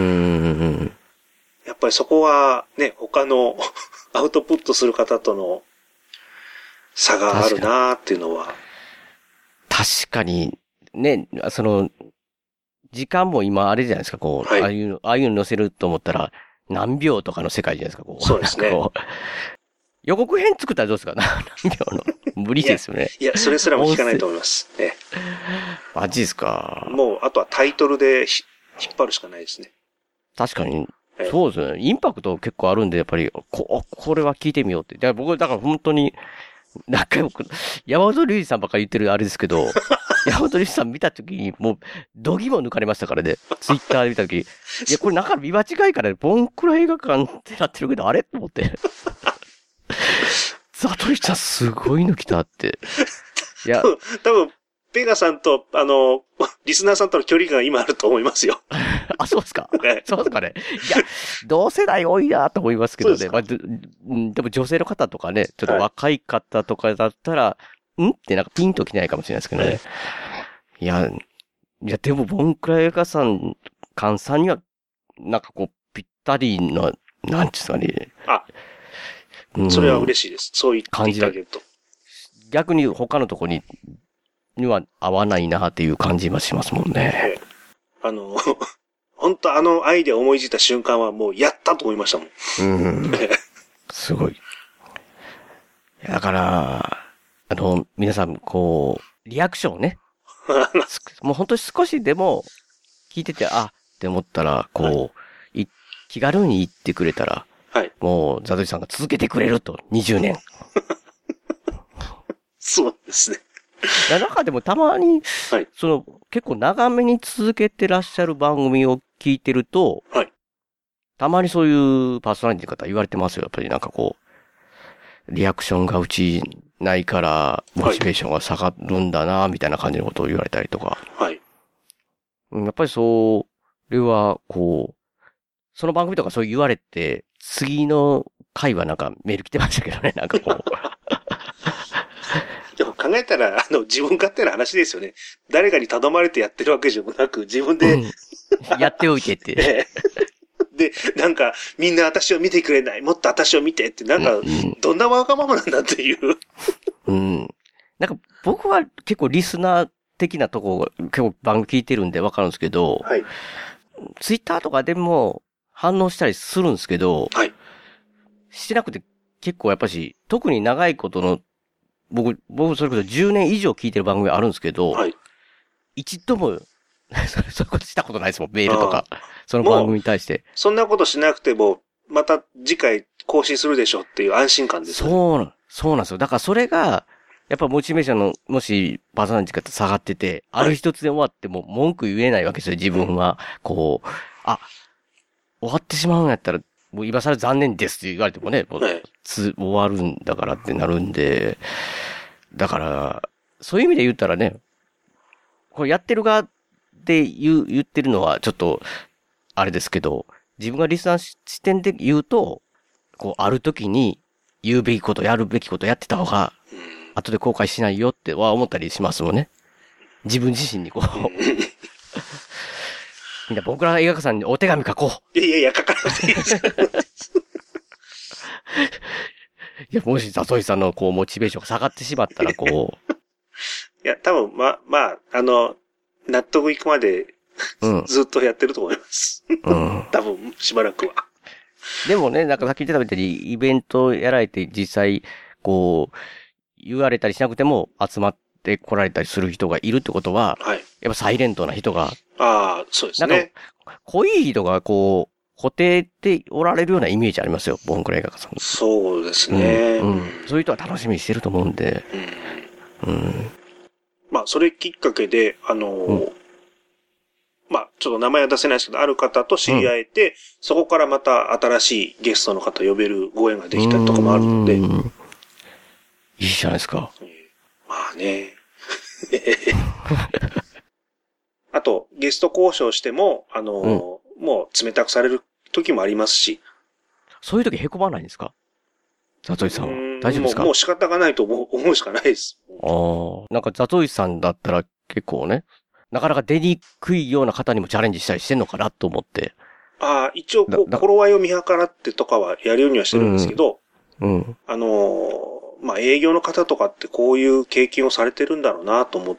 やっぱりそこはね、他のアウトプットする方との差があるなーっていうのは。 確かに、ね、時間も今あれじゃないですか、こう、ああいうの載せると思ったら、何秒とかの世界じゃないですか、こう。 そうですね。 予告編作ったらどうですか何秒の。無理ですよね。 いや、それすらも聞かないと思います。ね。 マジですか。 もう、あとはタイトルで引っ張るしかないですね。 確かに。そうですね。インパクト結構あるんで、やっぱり、これは聞いてみようって。僕、だから本当に、なんか山本龍二さんばっかり言ってるあれですけど、山本龍二さん見たときに、もう、度肝抜かれましたからね。ツイッターで見たときに。いや、これなんか見間違いからね、ボンクラ映画館ってなってるけど、あれと思って。ザトリちゃんすごいの来たって。 いや、多分、ペガさんと、リスナーさんとの距離が今あると思いますよ。 あ、そうですか。そうですかね。いや、同世代多いなと思いますけどね。でも女性の方とかね、ちょっと若い方とかだったら、ってなんかピンときないかもしれないですけどね。いや、でも、ボンクラ映画館さんには、なんかこう、ぴったりの、なんですかね。 それは嬉しいです。そういう感じだけど。 逆に他のとこには合わないなっていう感じはしますもんね。 本当アイデア思いついた瞬間はもうやったと思いましたもん。 すごい。だから、皆さん、こう、リアクションね。もう本当に少しでも聞いてて、って思ったら、こう、気軽に言ってくれたら、もう、ザトリさんが続けてくれると、20年。 そうですね。 中でもたまに、結構長めに続けてらっしゃる番組を聞いてると、たまにそういうパーソナリティの方言われてますよ。やっぱりなんかこう、リアクションがうちないから、モチベーションが下がるんだな、みたいな感じのことを言われたりとか。やっぱりそれは、こう、その番組とかそう言われて、次の回はなんかメール来てましたけどね、なんかこう。 でも考えたら、自分勝手な話ですよね。誰かに頼まれてやってるわけじゃなく、自分で、 やっておいてって。 で、なんか、みんな私を見てくれない。もっと私を見てって、なんか、どんなわがままなんだっていう。 うん。なんか、僕は結構リスナー的なとこ結構番組聞いてるんでわかるんですけど、 はい。 ツイッターとかでも反応したりするんですけど、 はい。 してなくて結構やっぱし、特に長いことの、僕それこそ10年以上聞いてる番組あるんですけど、 はい。 一度も、そういうことしたことないですもん、メールとか。その番組に対して。 そんなことしなくても、また次回更新するでしょっていう安心感ですよね。 そうなんですよ。だからそれが、やっぱモチベーションの、もしパーソナリティが下がってて、ある一つで終わっても文句言えないわけですよ、自分は。こう、終わってしまうんやったら、もう今更残念ですって言われてもね、もう終わるんだからってなるんで、だから、そういう意味で言ったらね、これやってる側で言ってるのはちょっと、あれですけど、自分がリスナー視点で言うと、こう、ある時に言うべきこと、やるべきことやってた方が、後で後悔しないよっては思ったりしますもんね。自分自身にこう。みんな僕ら映画館さんにお手紙書こう。いや、書かなくていいです。 いや、もし、ザトイさんのこう、モチベーションが下がってしまったら、こう。 いや、多分、まあ、納得いくまで、ずっとやってると思います。多分、しばらくは。 でもね、なんかさっき言ってたみたいに、イベントやられて実際、こう、言われたりしなくても集まって来られたりする人がいるってことは、 はい。 やっぱサイレントな人が。 ああ、そうですね。 なんか、濃い人がこう、固定っておられるようなイメージありますよ、ボンクラ映画さん。 そうですね。 そういう人は楽しみにしてると思うんで。 まあ、それきっかけで、まあ、ちょっと名前は出せないですけど、ある方と知り合えて、そこからまた新しいゲストの方呼べるご縁ができたりとかもあるので。いいじゃないですか。 まあね。あと、ゲスト交渉しても、もう冷たくされる時もありますし。 そういう時凹まないんですか？ザトイさんは。大丈夫ですか？ もう仕方がないと思うしかないです。 なんかザトイさんだったら結構ね、なかなか出にくいような方にもチャレンジしたりしてんのかなと思って。 一応頃合いを見計らってとかはやるようにはしてるんですけど、まあ、営業の方とかってこういう経験をされてるんだろうなと思って、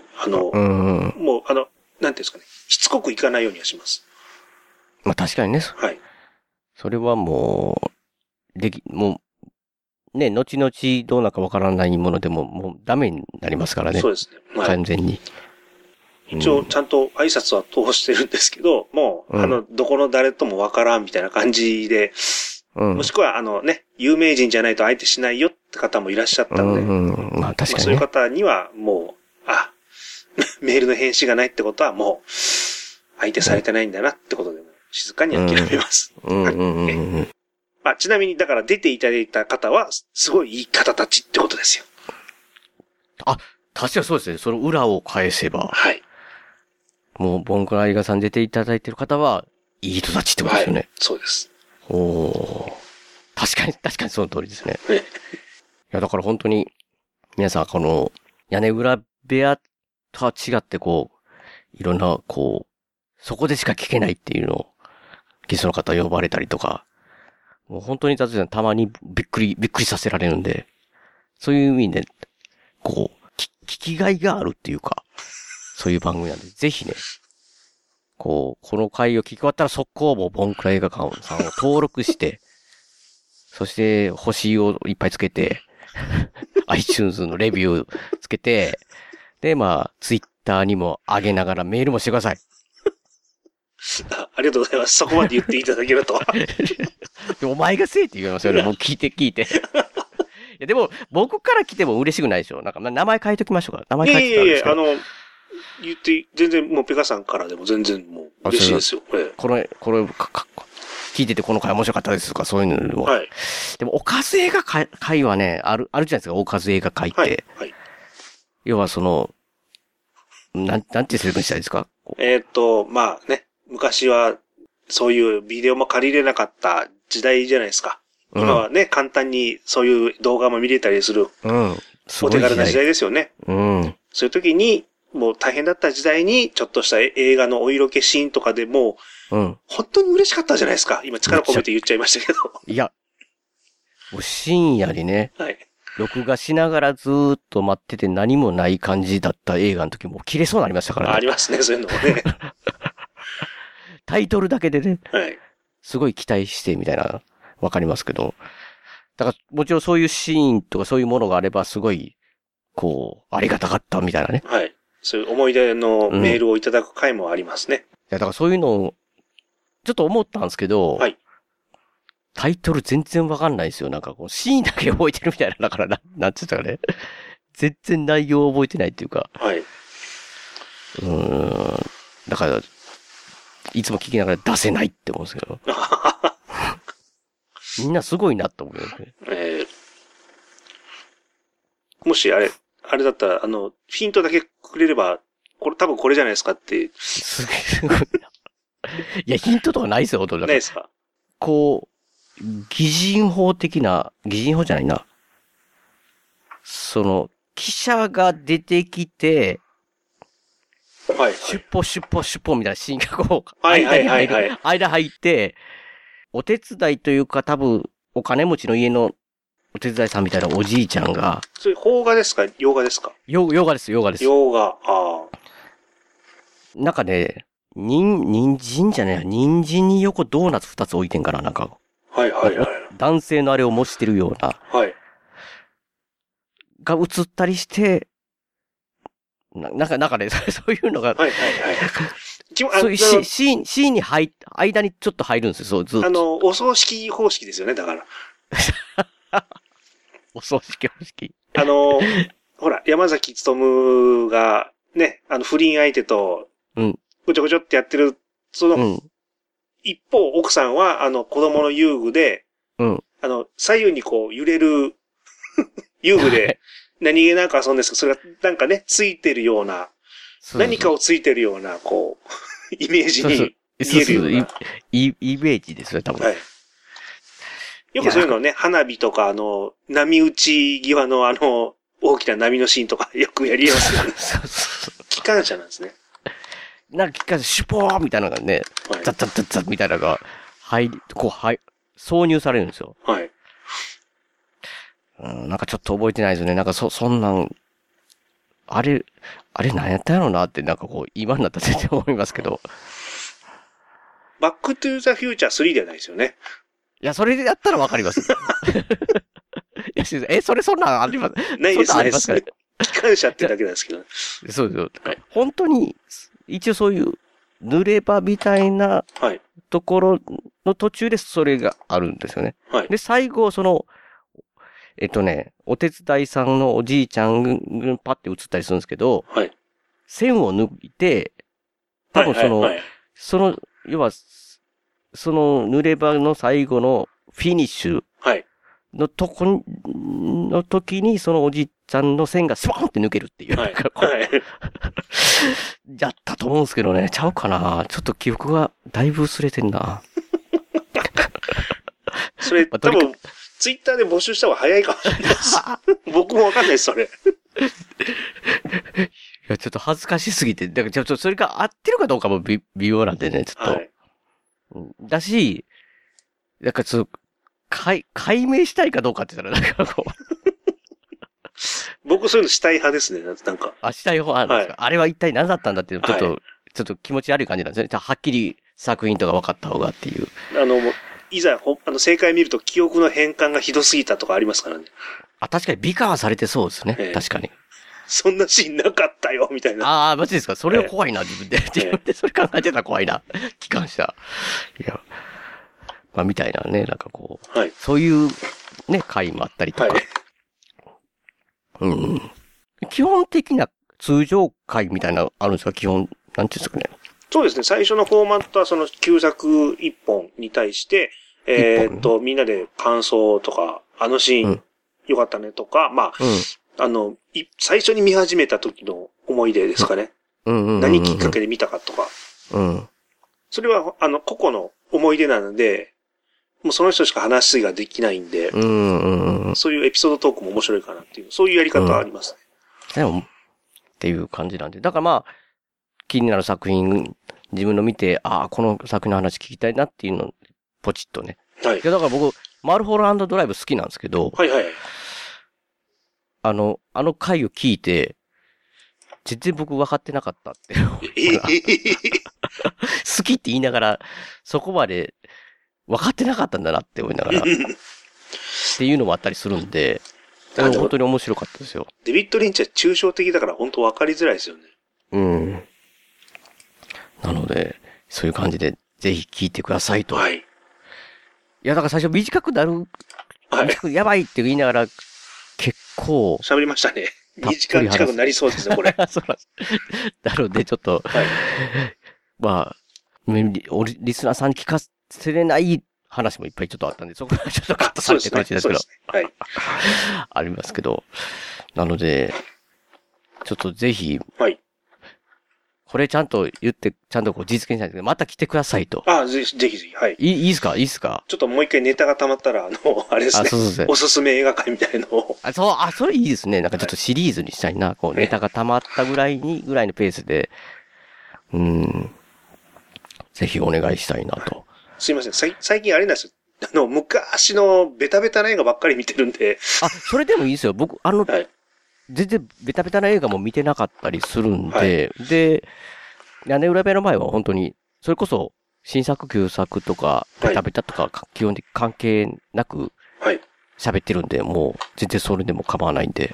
もう、なんていうんですかね、しつこくいかないようにはします。 まあ、確かにね。 はい。 それはもう、ね、後々どうなるかわからないものでも、もうダメになりますからね。 そうですね。 はい、完全に。 一応、ちゃんと挨拶は通してるんですけど、もう、どこの誰ともわからんみたいな感じで、もしくは、有名人じゃないと相手しないよって方もいらっしゃったので、 まあ確かに、ね。 そういう方には、もう、メールの返信がないってことは、もう、相手されてないんだなってことで、静かに諦めます。まあ、ちなみに、だから出ていただいた方は、すごいいい方たちってことですよ。 確かにそうですね。その裏を返せば。 はい。 もう、ボンクラ映画さん出ていただいている方は、いい人たちってことですよね。はい、 そうです。 確かにその通りですね。いや、だから本当に、皆さん、この、屋根裏部屋とは違って、こう、いろんな、こう、そこでしか聞けないっていうのを、ゲストの方呼ばれたりとか、もう本当にたまにびっくりさせられるんで、そういう意味で、こう、聞きがいがあるっていうか、そういう番組なんで、ぜひね、この回を聞き終わったら速攻もボンクラ映画館さんを登録して、そして星をいっぱいつけて、iTunes のレビューつけて、で、まあ、Twitter にも上げながらメールもしてください。 ありがとうございます。そこまで言っていただけるとは。 お前がせえって言いますよね。もう聞いて。いや、でも、僕から来ても嬉しくないでしょ。なんか、名前変えときましょうか。名前変えてたんですか？ 言って、全然もうペカさんからでも全然もう嬉しいですよ。 これ、聞いててこの回面白かったですとか、そういうのでも。 はい。 でも、おかず映画会はね、あるじゃないですか、おかず映画会って。 はい。 要はなんて説明したらいいですか？ まあね、昔は、そういうビデオも借りれなかった時代じゃないですか。今はね、簡単にそういう動画も見れたりする。お手軽な時代ですよね。そういう時に、 もう大変だった時代に、ちょっとした映画のお色気シーンとかでも、本当に嬉しかったじゃないですか。今力込めて言っちゃいましたけど。 いや、もう深夜にね、 はい。 録画しながらずーっと待ってて何もない感じだった映画の時も切れそうになりましたからね。 ありますね、そういうのもね。 タイトルだけでね、 はい。 すごい期待してみたいな、わかりますけど。だからもちろんそういうシーンとかそういうものがあればすごい、こう、ありがたかったみたいなね。 はい。そういう思い出のメールをいただく回もありますね。いや、だからそういうのを、ちょっと思ったんですけど、 はい。 タイトル全然わかんないですよ。なんかこう、シーンだけ覚えてるみたいな、だからなんて言ったかね。全然内容を覚えてないっていうか。 はい。 だから、いつも聞きながら出せないって思うんですけど。みんなすごいなって思うよね。 もしあれだったら、ヒントだけくれれば、多分これじゃないですかって。 すごいな。いや、ヒントとかないですよ、ほとんど。 ないですか？ こう、擬人法的な、擬人法じゃないな。記者が出てきて、 はい。 シュッポシュッポシュッポみたいなシーンがこう、間入って、お手伝いというか多分、お金持ちの家のお手伝いさんみたいなおじいちゃんが。 それ、邦画ですか？洋画ですか？ 洋画です。洋画。なんかね、人参じゃねえ、人参に横ドーナツ2つ置いてんから、なんか。 はい。 男性のあれを模してるような。 はい。 が映ったりして、なんかね、そういうのが。はい。そういうシーンに間にちょっと入るんですよ、そう、ずっと。 お葬式方式ですよね、だから。 お葬式方式。 ほら、山崎努が、ね、不倫相手と、ごちょごちょってやってる、一方、奥さんは、子供の遊具で、左右にこう、揺れる遊具で、何気なく遊んでるんですけど、それがなんかね、ついてるような、何かをついてるような、こう、イメージに見えるような。 イメージですね、多分。はい。 よくそういうのね、花火とか、波打ち際の大きな波のシーンとか、よくやりますよね。機関車なんですね。 なんか機関車、シュポーみたいなのがね、ザッザッザッザッみたいなのが、挿入されるんですよ。 はい。 なんかちょっと覚えてないですね。なんかそんなん、あれ何やったんやろうなって、なんかこう、今になったら全然思いますけど。 バックトゥーザフューチャー3ではないですよね。 いや、それでやったらわかります。いや、それそんなんあります？ ないです、 ありますかね。 機関車ってだけなんですけど。 そうですよ。はい、本当に、一応そういう、濡れ場みたいな、ところの途中でそれがあるんですよね。 はい、 で、最後、お手伝いさんのおじいちゃんがパッて映ったりするんですけど、 はい、 線を抜いて、多分要は、その濡れ場の最後のフィニッシュのの時にそのおじいちゃんの線がスワーンって抜けるっていう。やったと思うんですけどね、ちゃうかな。ちょっと記憶がだいぶ薄れてんな。 それ、多分、ツイッターで募集した方が早いかもしれないです。僕もわかんないです、それ。 いや、ちょっと恥ずかしすぎて、だからちょっとそれが合ってるかどうかも微妙なんでね、ちょっと。はい、だし、なんか解明したいかどうかって言ったら、なんかこう。 僕そういうのしたい派ですね、なんか。 したい派なんですか、はい、あれは一体何だったんだっていうのちょっと気持ち悪い感じなんですね。はっきり作品とか分かった方がっていう。 いざ、正解見ると記憶の変換がひどすぎたとかありますからね。 確かに美化はされてそうですね。確かに。 そんなシーンなかったよ、みたいな。 マジですか？それは怖いな、自分でそれ考えてたら怖いな。機関車。いや。みたいなね、なんかこう。そういう、ね、回もあったりとか。基本的な通常回みたいなのあるんですか？基本、なんていうんですかね。 そうですね。最初のフォーマットはその旧作一本に対して、みんなで感想とか、シーン良かったねとか、最初に見始めた時の思い出ですかね。何きっかけで見たかとか。それは、個々の思い出なので、もうその人しか話ができないんで、そういうエピソードトークも面白いかなっていう、そういうやり方はありますね。 でも、 っていう感じなんで。だからまあ、気になる作品、自分の見て、ああ、この作品の話聞きたいなっていうのを、ポチッとね。 はい。 いや、だから僕、マルホランドドライブ好きなんですけど、 はいはい。 あの回を聞いて、全然僕分かってなかったって。好きって言いながら、そこまで分かってなかったんだなって思いながら、っていうのもあったりするんで、本当に面白かったですよ。 デビッド・リンチは抽象的だから本当分かりづらいですよね。 うん。なので、そういう感じで、ぜひ聞いてくださいと。 はい。いや、だから最初短くなる、やばいって言いながら、結構。 喋りましたね。2時間近くなりそうですね、これ。 そうなんです。なので、ちょっと、はい、まあ、リスナーさんに聞かせれない話もいっぱいちょっとあったんで、そこからちょっとカットされてる感じですけど。 はい。 ありますけど。なので、ちょっとぜひ、 はい。 これちゃんと言って、ちゃんとこう実現したいんですけど、また来てくださいと。 ぜひぜひ、はい。 いいですかいいですかちょっともう一回ネタが溜まったら、あれですね。 そうおすすめ映画界みたいのを。 それいいですね。なんかちょっとシリーズにしたいな。こう、ネタが溜まったぐらいのペースで、ぜひお願いしたいなと。 すいません。最近あれなんですよ。昔のベタベタな映画ばっかり見てるんで。 それでもいいですよ。僕、はい、全然ベタベタな映画も見てなかったりするんで、はい、で、屋根裏部屋の前は本当に、それこそ、新作旧作とか、ベタベタとか、基本的に関係なく、喋ってるんで、もう、全然それでも構わないんで。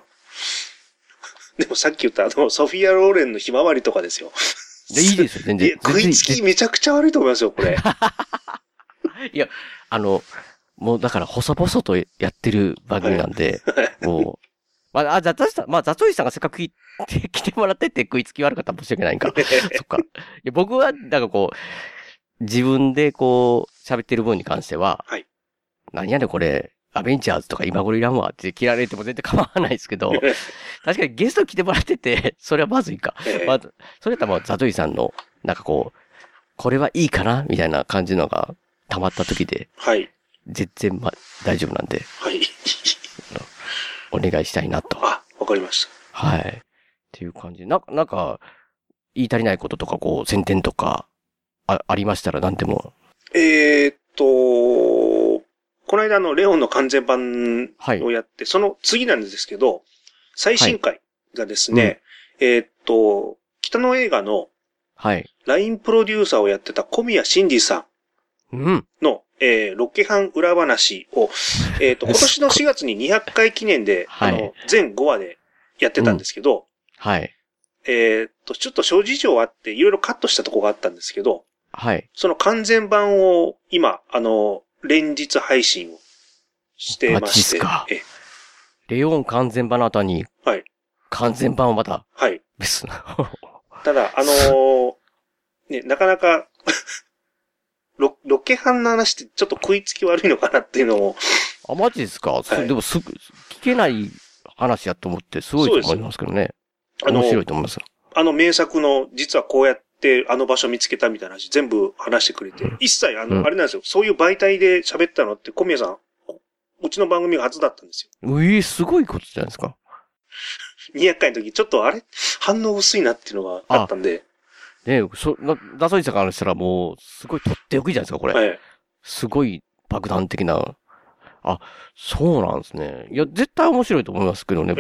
でもさっき言ったソフィア・ローレンのひまわりとかですよ。 いいですよ、全然。 食いつきめちゃくちゃ悪いと思いますよ、これ。 いや、もうだから、細々とやってる番組なんで、もう、ザトイさんがせっかく来てもらってって食いつき悪かったら申し訳ないんか。そっか。いや僕は、なんかこう、自分でこう、喋ってる分に関しては、はい。何やねんこれ、アベンジャーズとか今頃いらんわって切られても全然構わないですけど、確かにゲスト来てもらってて、それはまずいか。それやったらザトイさんの、なんかこう、これはいいかなみたいな感じのが溜まった時で、 はい。 全然大丈夫なんで。 はい。 お願いしたいなと。 わかりました。 はい。っていう感じ。なんか、言い足りないこととか、こう、宣伝とか、ありましたら何でも。 この間レオンの完全版をやって、その次なんですけど、最新回がですね、北野映画の、LINE プロデューサーをやってた小宮真司さんの、ロケハン裏話を、今年の4月に200回記念で、全5話でやってたんですけど、ちょっと諸事情あって、いろいろカットしたとこがあったんですけど、その完全版を今、連日配信をしてまして。マジっすか。 レオン完全版の後に、完全版をまた、別な。 ただ、ね、なかなか、ロケハンの話ってちょっと食いつき悪いのかなっていうのを。 マジですか、でも聞けない話やと思って、すごいと思いますけどね。面白いと思います。 名作の、実はこうやって、場所見つけたみたいな話全部話してくれて、一切あれなんですよ。そういう媒体で喋ったのって小宮さん、うちの番組が初だったんですよ。すごいことじゃないですか。 200回の時、ちょっと反応薄いなっていうのがあったんで。 ダソイさんからしたらもう、すごいとっておきじゃないですか、これ。すごい爆弾的な。そうなんですね。いや、絶対面白いと思いますけどね、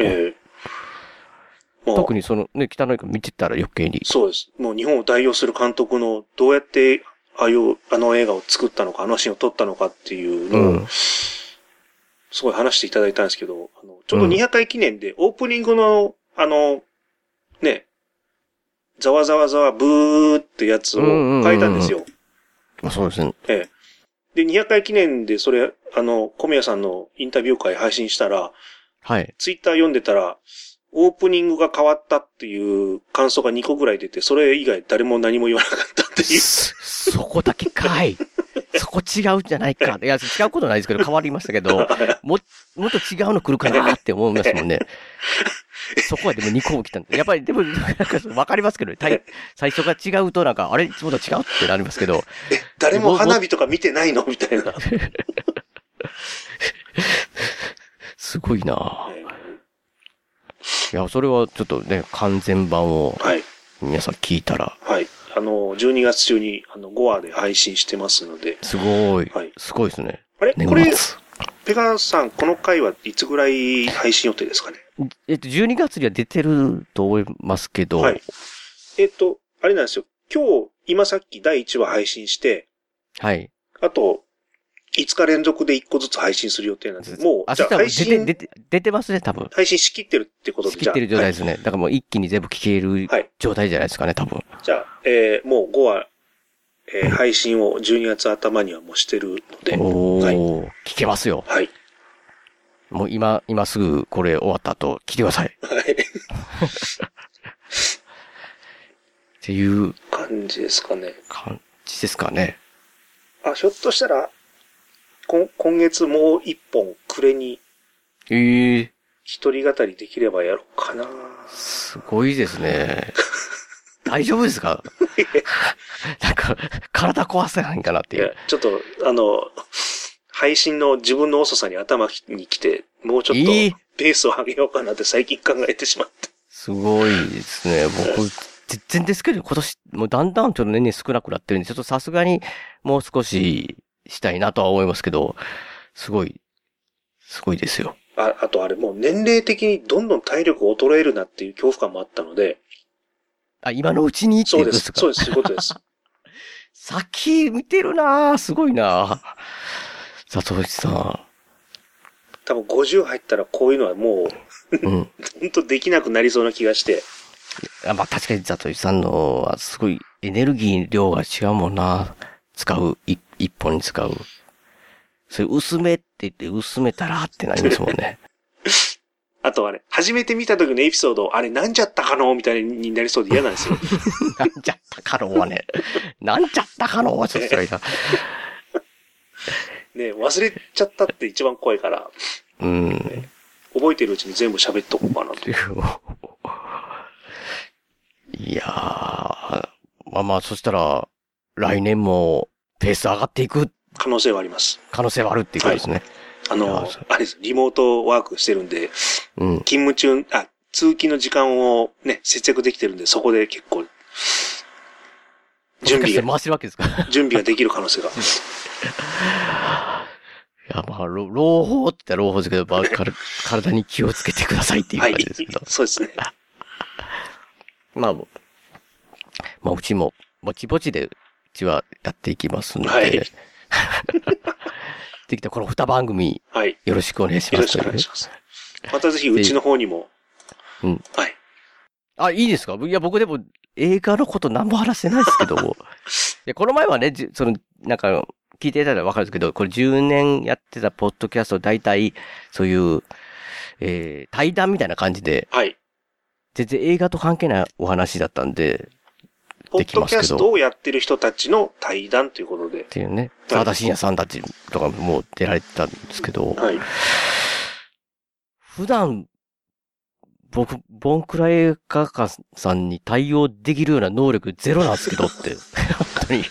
特に北野映画見てたら余計に。 そうです。もう日本を代表する監督の、どうやって、映画を作ったのか、シーンを撮ったのかっていうのを、すごい話していただいたんですけど、ちょうど200回記念で、オープニングの、ね、ざわざわざわブーってやつを変えたんですよ。 そうですね。 で、200回記念でそれ、小宮さんのインタビュー会配信したら、ツイッター読んでたら、オープニングが変わったっていう感想が2個ぐらい出て、それ以外誰も何も言わなかったっていう。 そこだけかい。そこ違うじゃないか。いや、違うことないですけど、変わりましたけど、もっと違うの来るかなって思いますもんね。そこはでも2個も来たんで。やっぱり、でも、なんかわかりますけど、最初が違うとなんか、あれいつもと違うってなりますけど。 誰も花火とか見てないのみたいな。 すごいなぁ。 や、それはちょっとね、完全版を、皆さん聞いたら。 はい。12月中に、5話で配信してますので。 すごい。はい。すごいですね。 あれこれ、ペガさん、この回はいつぐらい配信予定ですかね 12月には出てると思いますけど。はい。 あれなんですよ。今さっき第1話配信して、 はい。 あと、5日連続で1個ずつ配信する予定なんです。もう、じゃあ配信出てますね、多分。 配信しきってるってことで。 しきってる状態ですね。だからもう一気に全部聞ける状態じゃないですかね、多分。 じゃあ、もう5話、配信を12月頭にはもうしてるので。 聞けますよ。 はい。 もう今すぐこれ終わった後、聞いてください。 はい。 っていう感じですかね。ひょっとしたら、今月もう一本くれに、一人語りできればやろうかな。 すごいですね。大丈夫ですかなんか、体壊せないんかなっていう。いや、 ちょっと、配信の自分の遅さに頭に来て、もうちょっとペースを上げようかなって最近考えてしまって。 すごいですね。僕、全然ですけど、今年、もうだんだんちょっと年々少なくなってるんで、ちょっとさすがにもう少ししたいなとは思いますけど、すごいですよ。 あとあれもう年齢的にどんどん体力衰えるなっていう恐怖感もあったので。 今のうちにっていうことですか？ そうです、そういうことです。 先見てるなぁ、すごいなぁ。里内さん。 多分50入ったらこういうのはもう、本当できなくなりそうな気がして。 まあ確かに里内さんのはすごいエネルギー量が違うもんな。一本に使う。それ薄めって言って薄めたらってなりますもんね。 あとあれ、初めて見た時のエピソード、あれなんじゃったかのみたいになりそうで嫌なんですよ。 なんじゃったかのはね。なんじゃったかのはちょっと辛いな。 ね忘れちゃったって一番怖いから。覚えてるうちに全部喋っとこうかなと。 いやー、まあそしたら、来年もペース上がっていく可能性はあります。 可能性はあるっていうことですね。 あれです。リモートワークしてるんで、勤務中、通勤の時間をね、節約できてるんで、そこで結構、 準備が回してるわけですか？ 準備ができる可能性が。 いや、まあ、朗報って言ったら朗報ですけど、体に気をつけてくださいっていう感じですけど。 そうですね。 まあ、うちも、ぼちぼちで、うちはやっていきますので、できたこの2番組、よろしくお願いします。 よろしくお願いします。またぜひうちの方にも。 いいですか？いや、僕でも映画のこと何も話してないですけども。この前はね、なんか、聞いていただいたらわかるんですけど、これ10年やってたポッドキャスト、大体、そういう、対談みたいな感じで、全然映画と関係ないお話だったんで、 ポッドキャストをやってる人たちの対談ということで。 っていうね。沢田信也さんたちとかも出られてたんですけど、普段、僕、ボンクラ映画館さんに対応できるような能力ゼロなんですけどって、本当に。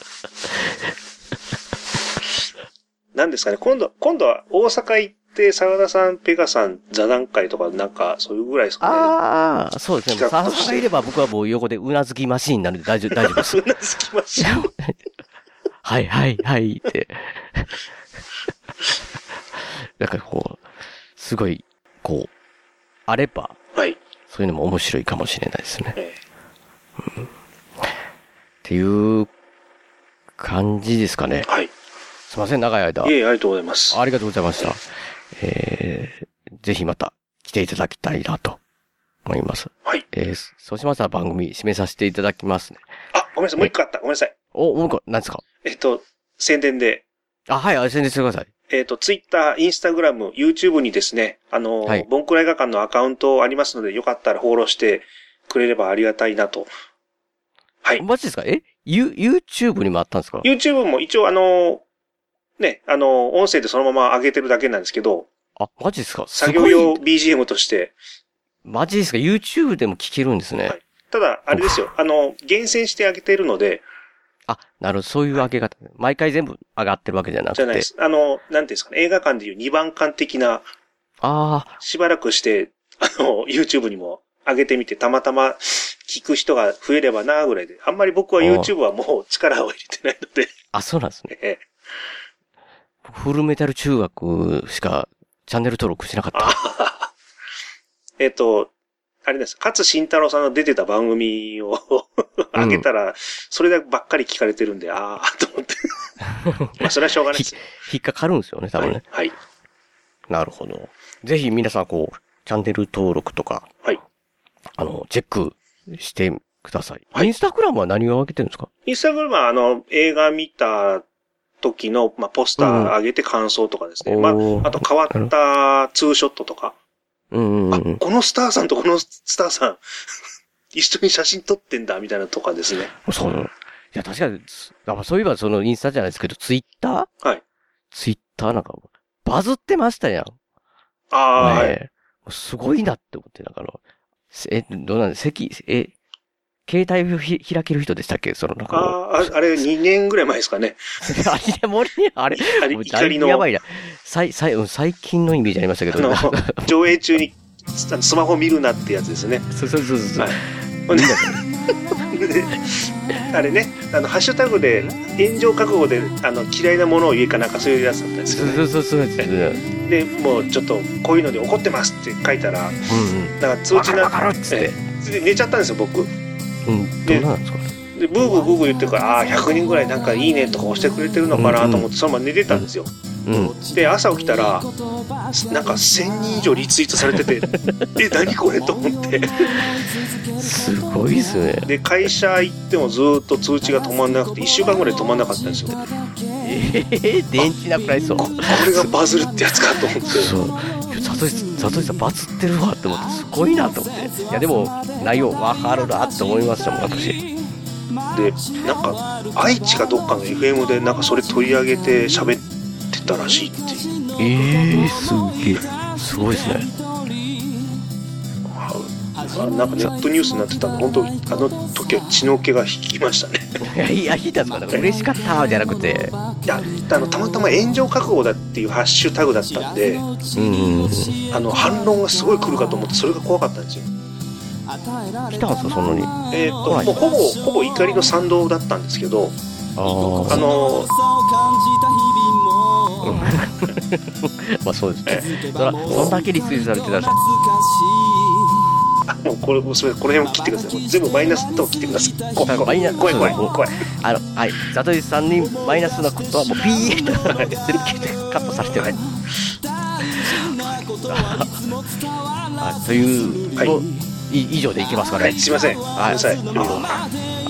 何ですかね、今度は大阪行って、沢田さん、ペガさん、座談会とか、なんか、そういうぐらいですかね。そうですね。沢田さんがいれば僕はもう横でうなずきマシーンになるんで大丈夫です。 うなずきマシーンはいって。なんかこう、すごい、こう、あれば、そういうのも面白いかもしれないですね。っていう感じですかね。すいません、長い間。 ありがとうございます。 ありがとうございました。ぜひまた来ていただきたいなと思います。そうしましたら番組締めさせていただきますね。 ごめんなさい、もう一個あった。ごめんなさい。 もう一個、何ですか？ 宣伝で。 宣伝してください。 ツイッター、インスタグラム、YouTube にですね、ボンクラ映画館のアカウントありますので、よかったらフォローしてくれればありがたいなと。 マジですか？YouTube にもあったんですか？ YouTube も一応音声でそのまま上げてるだけなんですけど。 マジですか？ 作業用 BGM として。 マジですか？ YouTube でも聞けるんですね。 ただ、あれですよ。厳選して上げてるので。 なるほど。そういう上げ方。毎回全部上がってるわけじゃなくて。 じゃないです。なんていうんですかね。映画館でいう2番館的な。しばらくして、 YouTube にも上げてみて、たまたま聞く人が増えればなぐらいで、あんまり僕は YouTube はもう力を入れてないので。 あ、そうなんですね。フルメタル中学しかチャンネル登録しなかった。 あれです。勝慎太郎さんが出てた番組を上げたら、そればっかり聞かれてるんで、と思って。まあ、それはしょうがないです。 引っかかるんですよね、多分ね。 はい。 なるほど。ぜひ皆さん、チャンネル登録とか、 はい。 チェックしてください。はい、インスタグラムは何を上げてるんですか？ インスタグラムは、映画見た時の、ポスター上げて感想とかですね。あと変わったツーショットとか。このスターさんとこのスターさん、一緒に写真撮ってんだ、みたいなとかですね。 そう。いや、確かに、そういえばインスタじゃないですけど、ツイッター？ はい。 ツイッターなんか、バズってましたやん。 はい。 すごいなって思って、どうなんです携帯を開ける人でしたっけ？ あれ2年ぐらい前ですかね。 あれ、怒りの。やばいな。最近のイメージありましたけど。 上映中にスマホ見るなってやつですね。 そう。はい。 あれね、ハッシュタグで、炎上覚悟で、嫌いなものを言えかなんかそういうやつだったんですよね。 そう。 で、もうちょっと、こういうので怒ってますって書いたら、なんか通知なって、で寝ちゃったんですよ、僕。 どうなんですか？ で、ブーブー言ってるから、100人ぐらいなんかいいねとか押してくれてるのかなと思って、そのまま寝てたんですよ。で、朝起きたら、なんか1000人以上リツイートされてて、何これと思って。 すごいですね。 で、会社行ってもずっと通知が止まんなくて、1週間ぐらい止まんなかったんですよ。 電池なくなりそう。 これがバズるってやつかと思って。 そう。サトシさんバズってるわって思って、すごいなと思って。いや、でも、内容わかるなって思いましたもん、私。 で、なんか、愛知かどっかの FM でなんかそれ取り上げて喋ってたらしいっていう。 すげえ。すごいですね。 なんかネットニュースになってたんで、本当あの時は血の気が引きましたね。 いや、引いたんですか？嬉しかったじゃなくて。 いや、たまたま炎上覚悟だっていうハッシュタグだったんで、反論がすごい来るかと思って、それが怖かったんですよ。 来たんですか、そんなに？ もうほぼ怒りの賛同だったんですけど、 まあそうですね。そんだけリツイートされてたら。 もうこの辺を切ってください。全部マイナスと切ってください。怖い。 はい。ザトシさんにマイナスなことはもうピーッと全部カットされてない。という以上でいきますかね。 はい、すいません。 はい。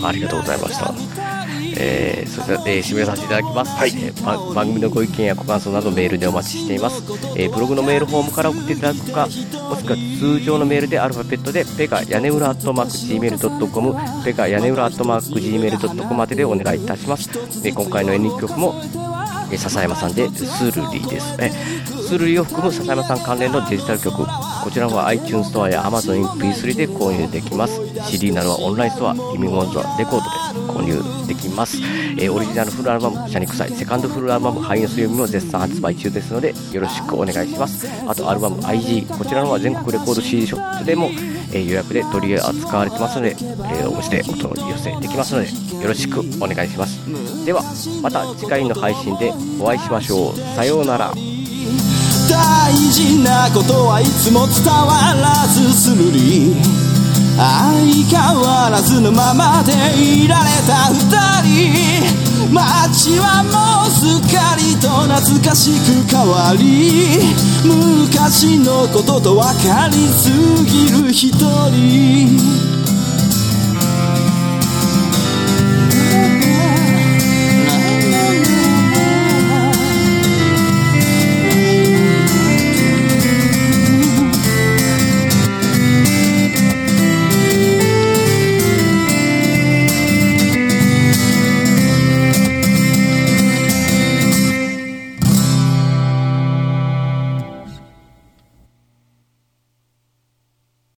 ありがとうございました。それでは、締めさせていただきます。はい。番組のご意見やご感想などメールでお待ちしています。ブログのメールフォームから送っていただくか、もしくは通常のメールでアルファベットでペガ屋根裏@gmail.com、ペガ屋根裏@gmail.com まででお願いいたします。今回の演劇曲も笹山さんでスールリーです。スールリーを含む笹山さん関連のデジタル曲、こちらは iTunes ストアや Amazon MP3 で購入できます。CD などはオンラインストア、リミングオンザレコードで購入できます。オリジナルフルアルバム、シャニクサイ、セカンドフルアルバム、ハイネス読みも絶賛発売中ですので、よろしくお願いします。あとアルバム IG、こちらのは全国レコード CD ショップでも、予約で取り扱われてますので、お店でお取り寄せできますので、よろしくお願いします。では、また次回の配信でお会いしましょう。さようなら。 大事なことはいつも伝わらずするり、相変わらずのままでいられた二人、街はもうすっかりと懐かしく変わり、昔のことと分かりすぎる一人。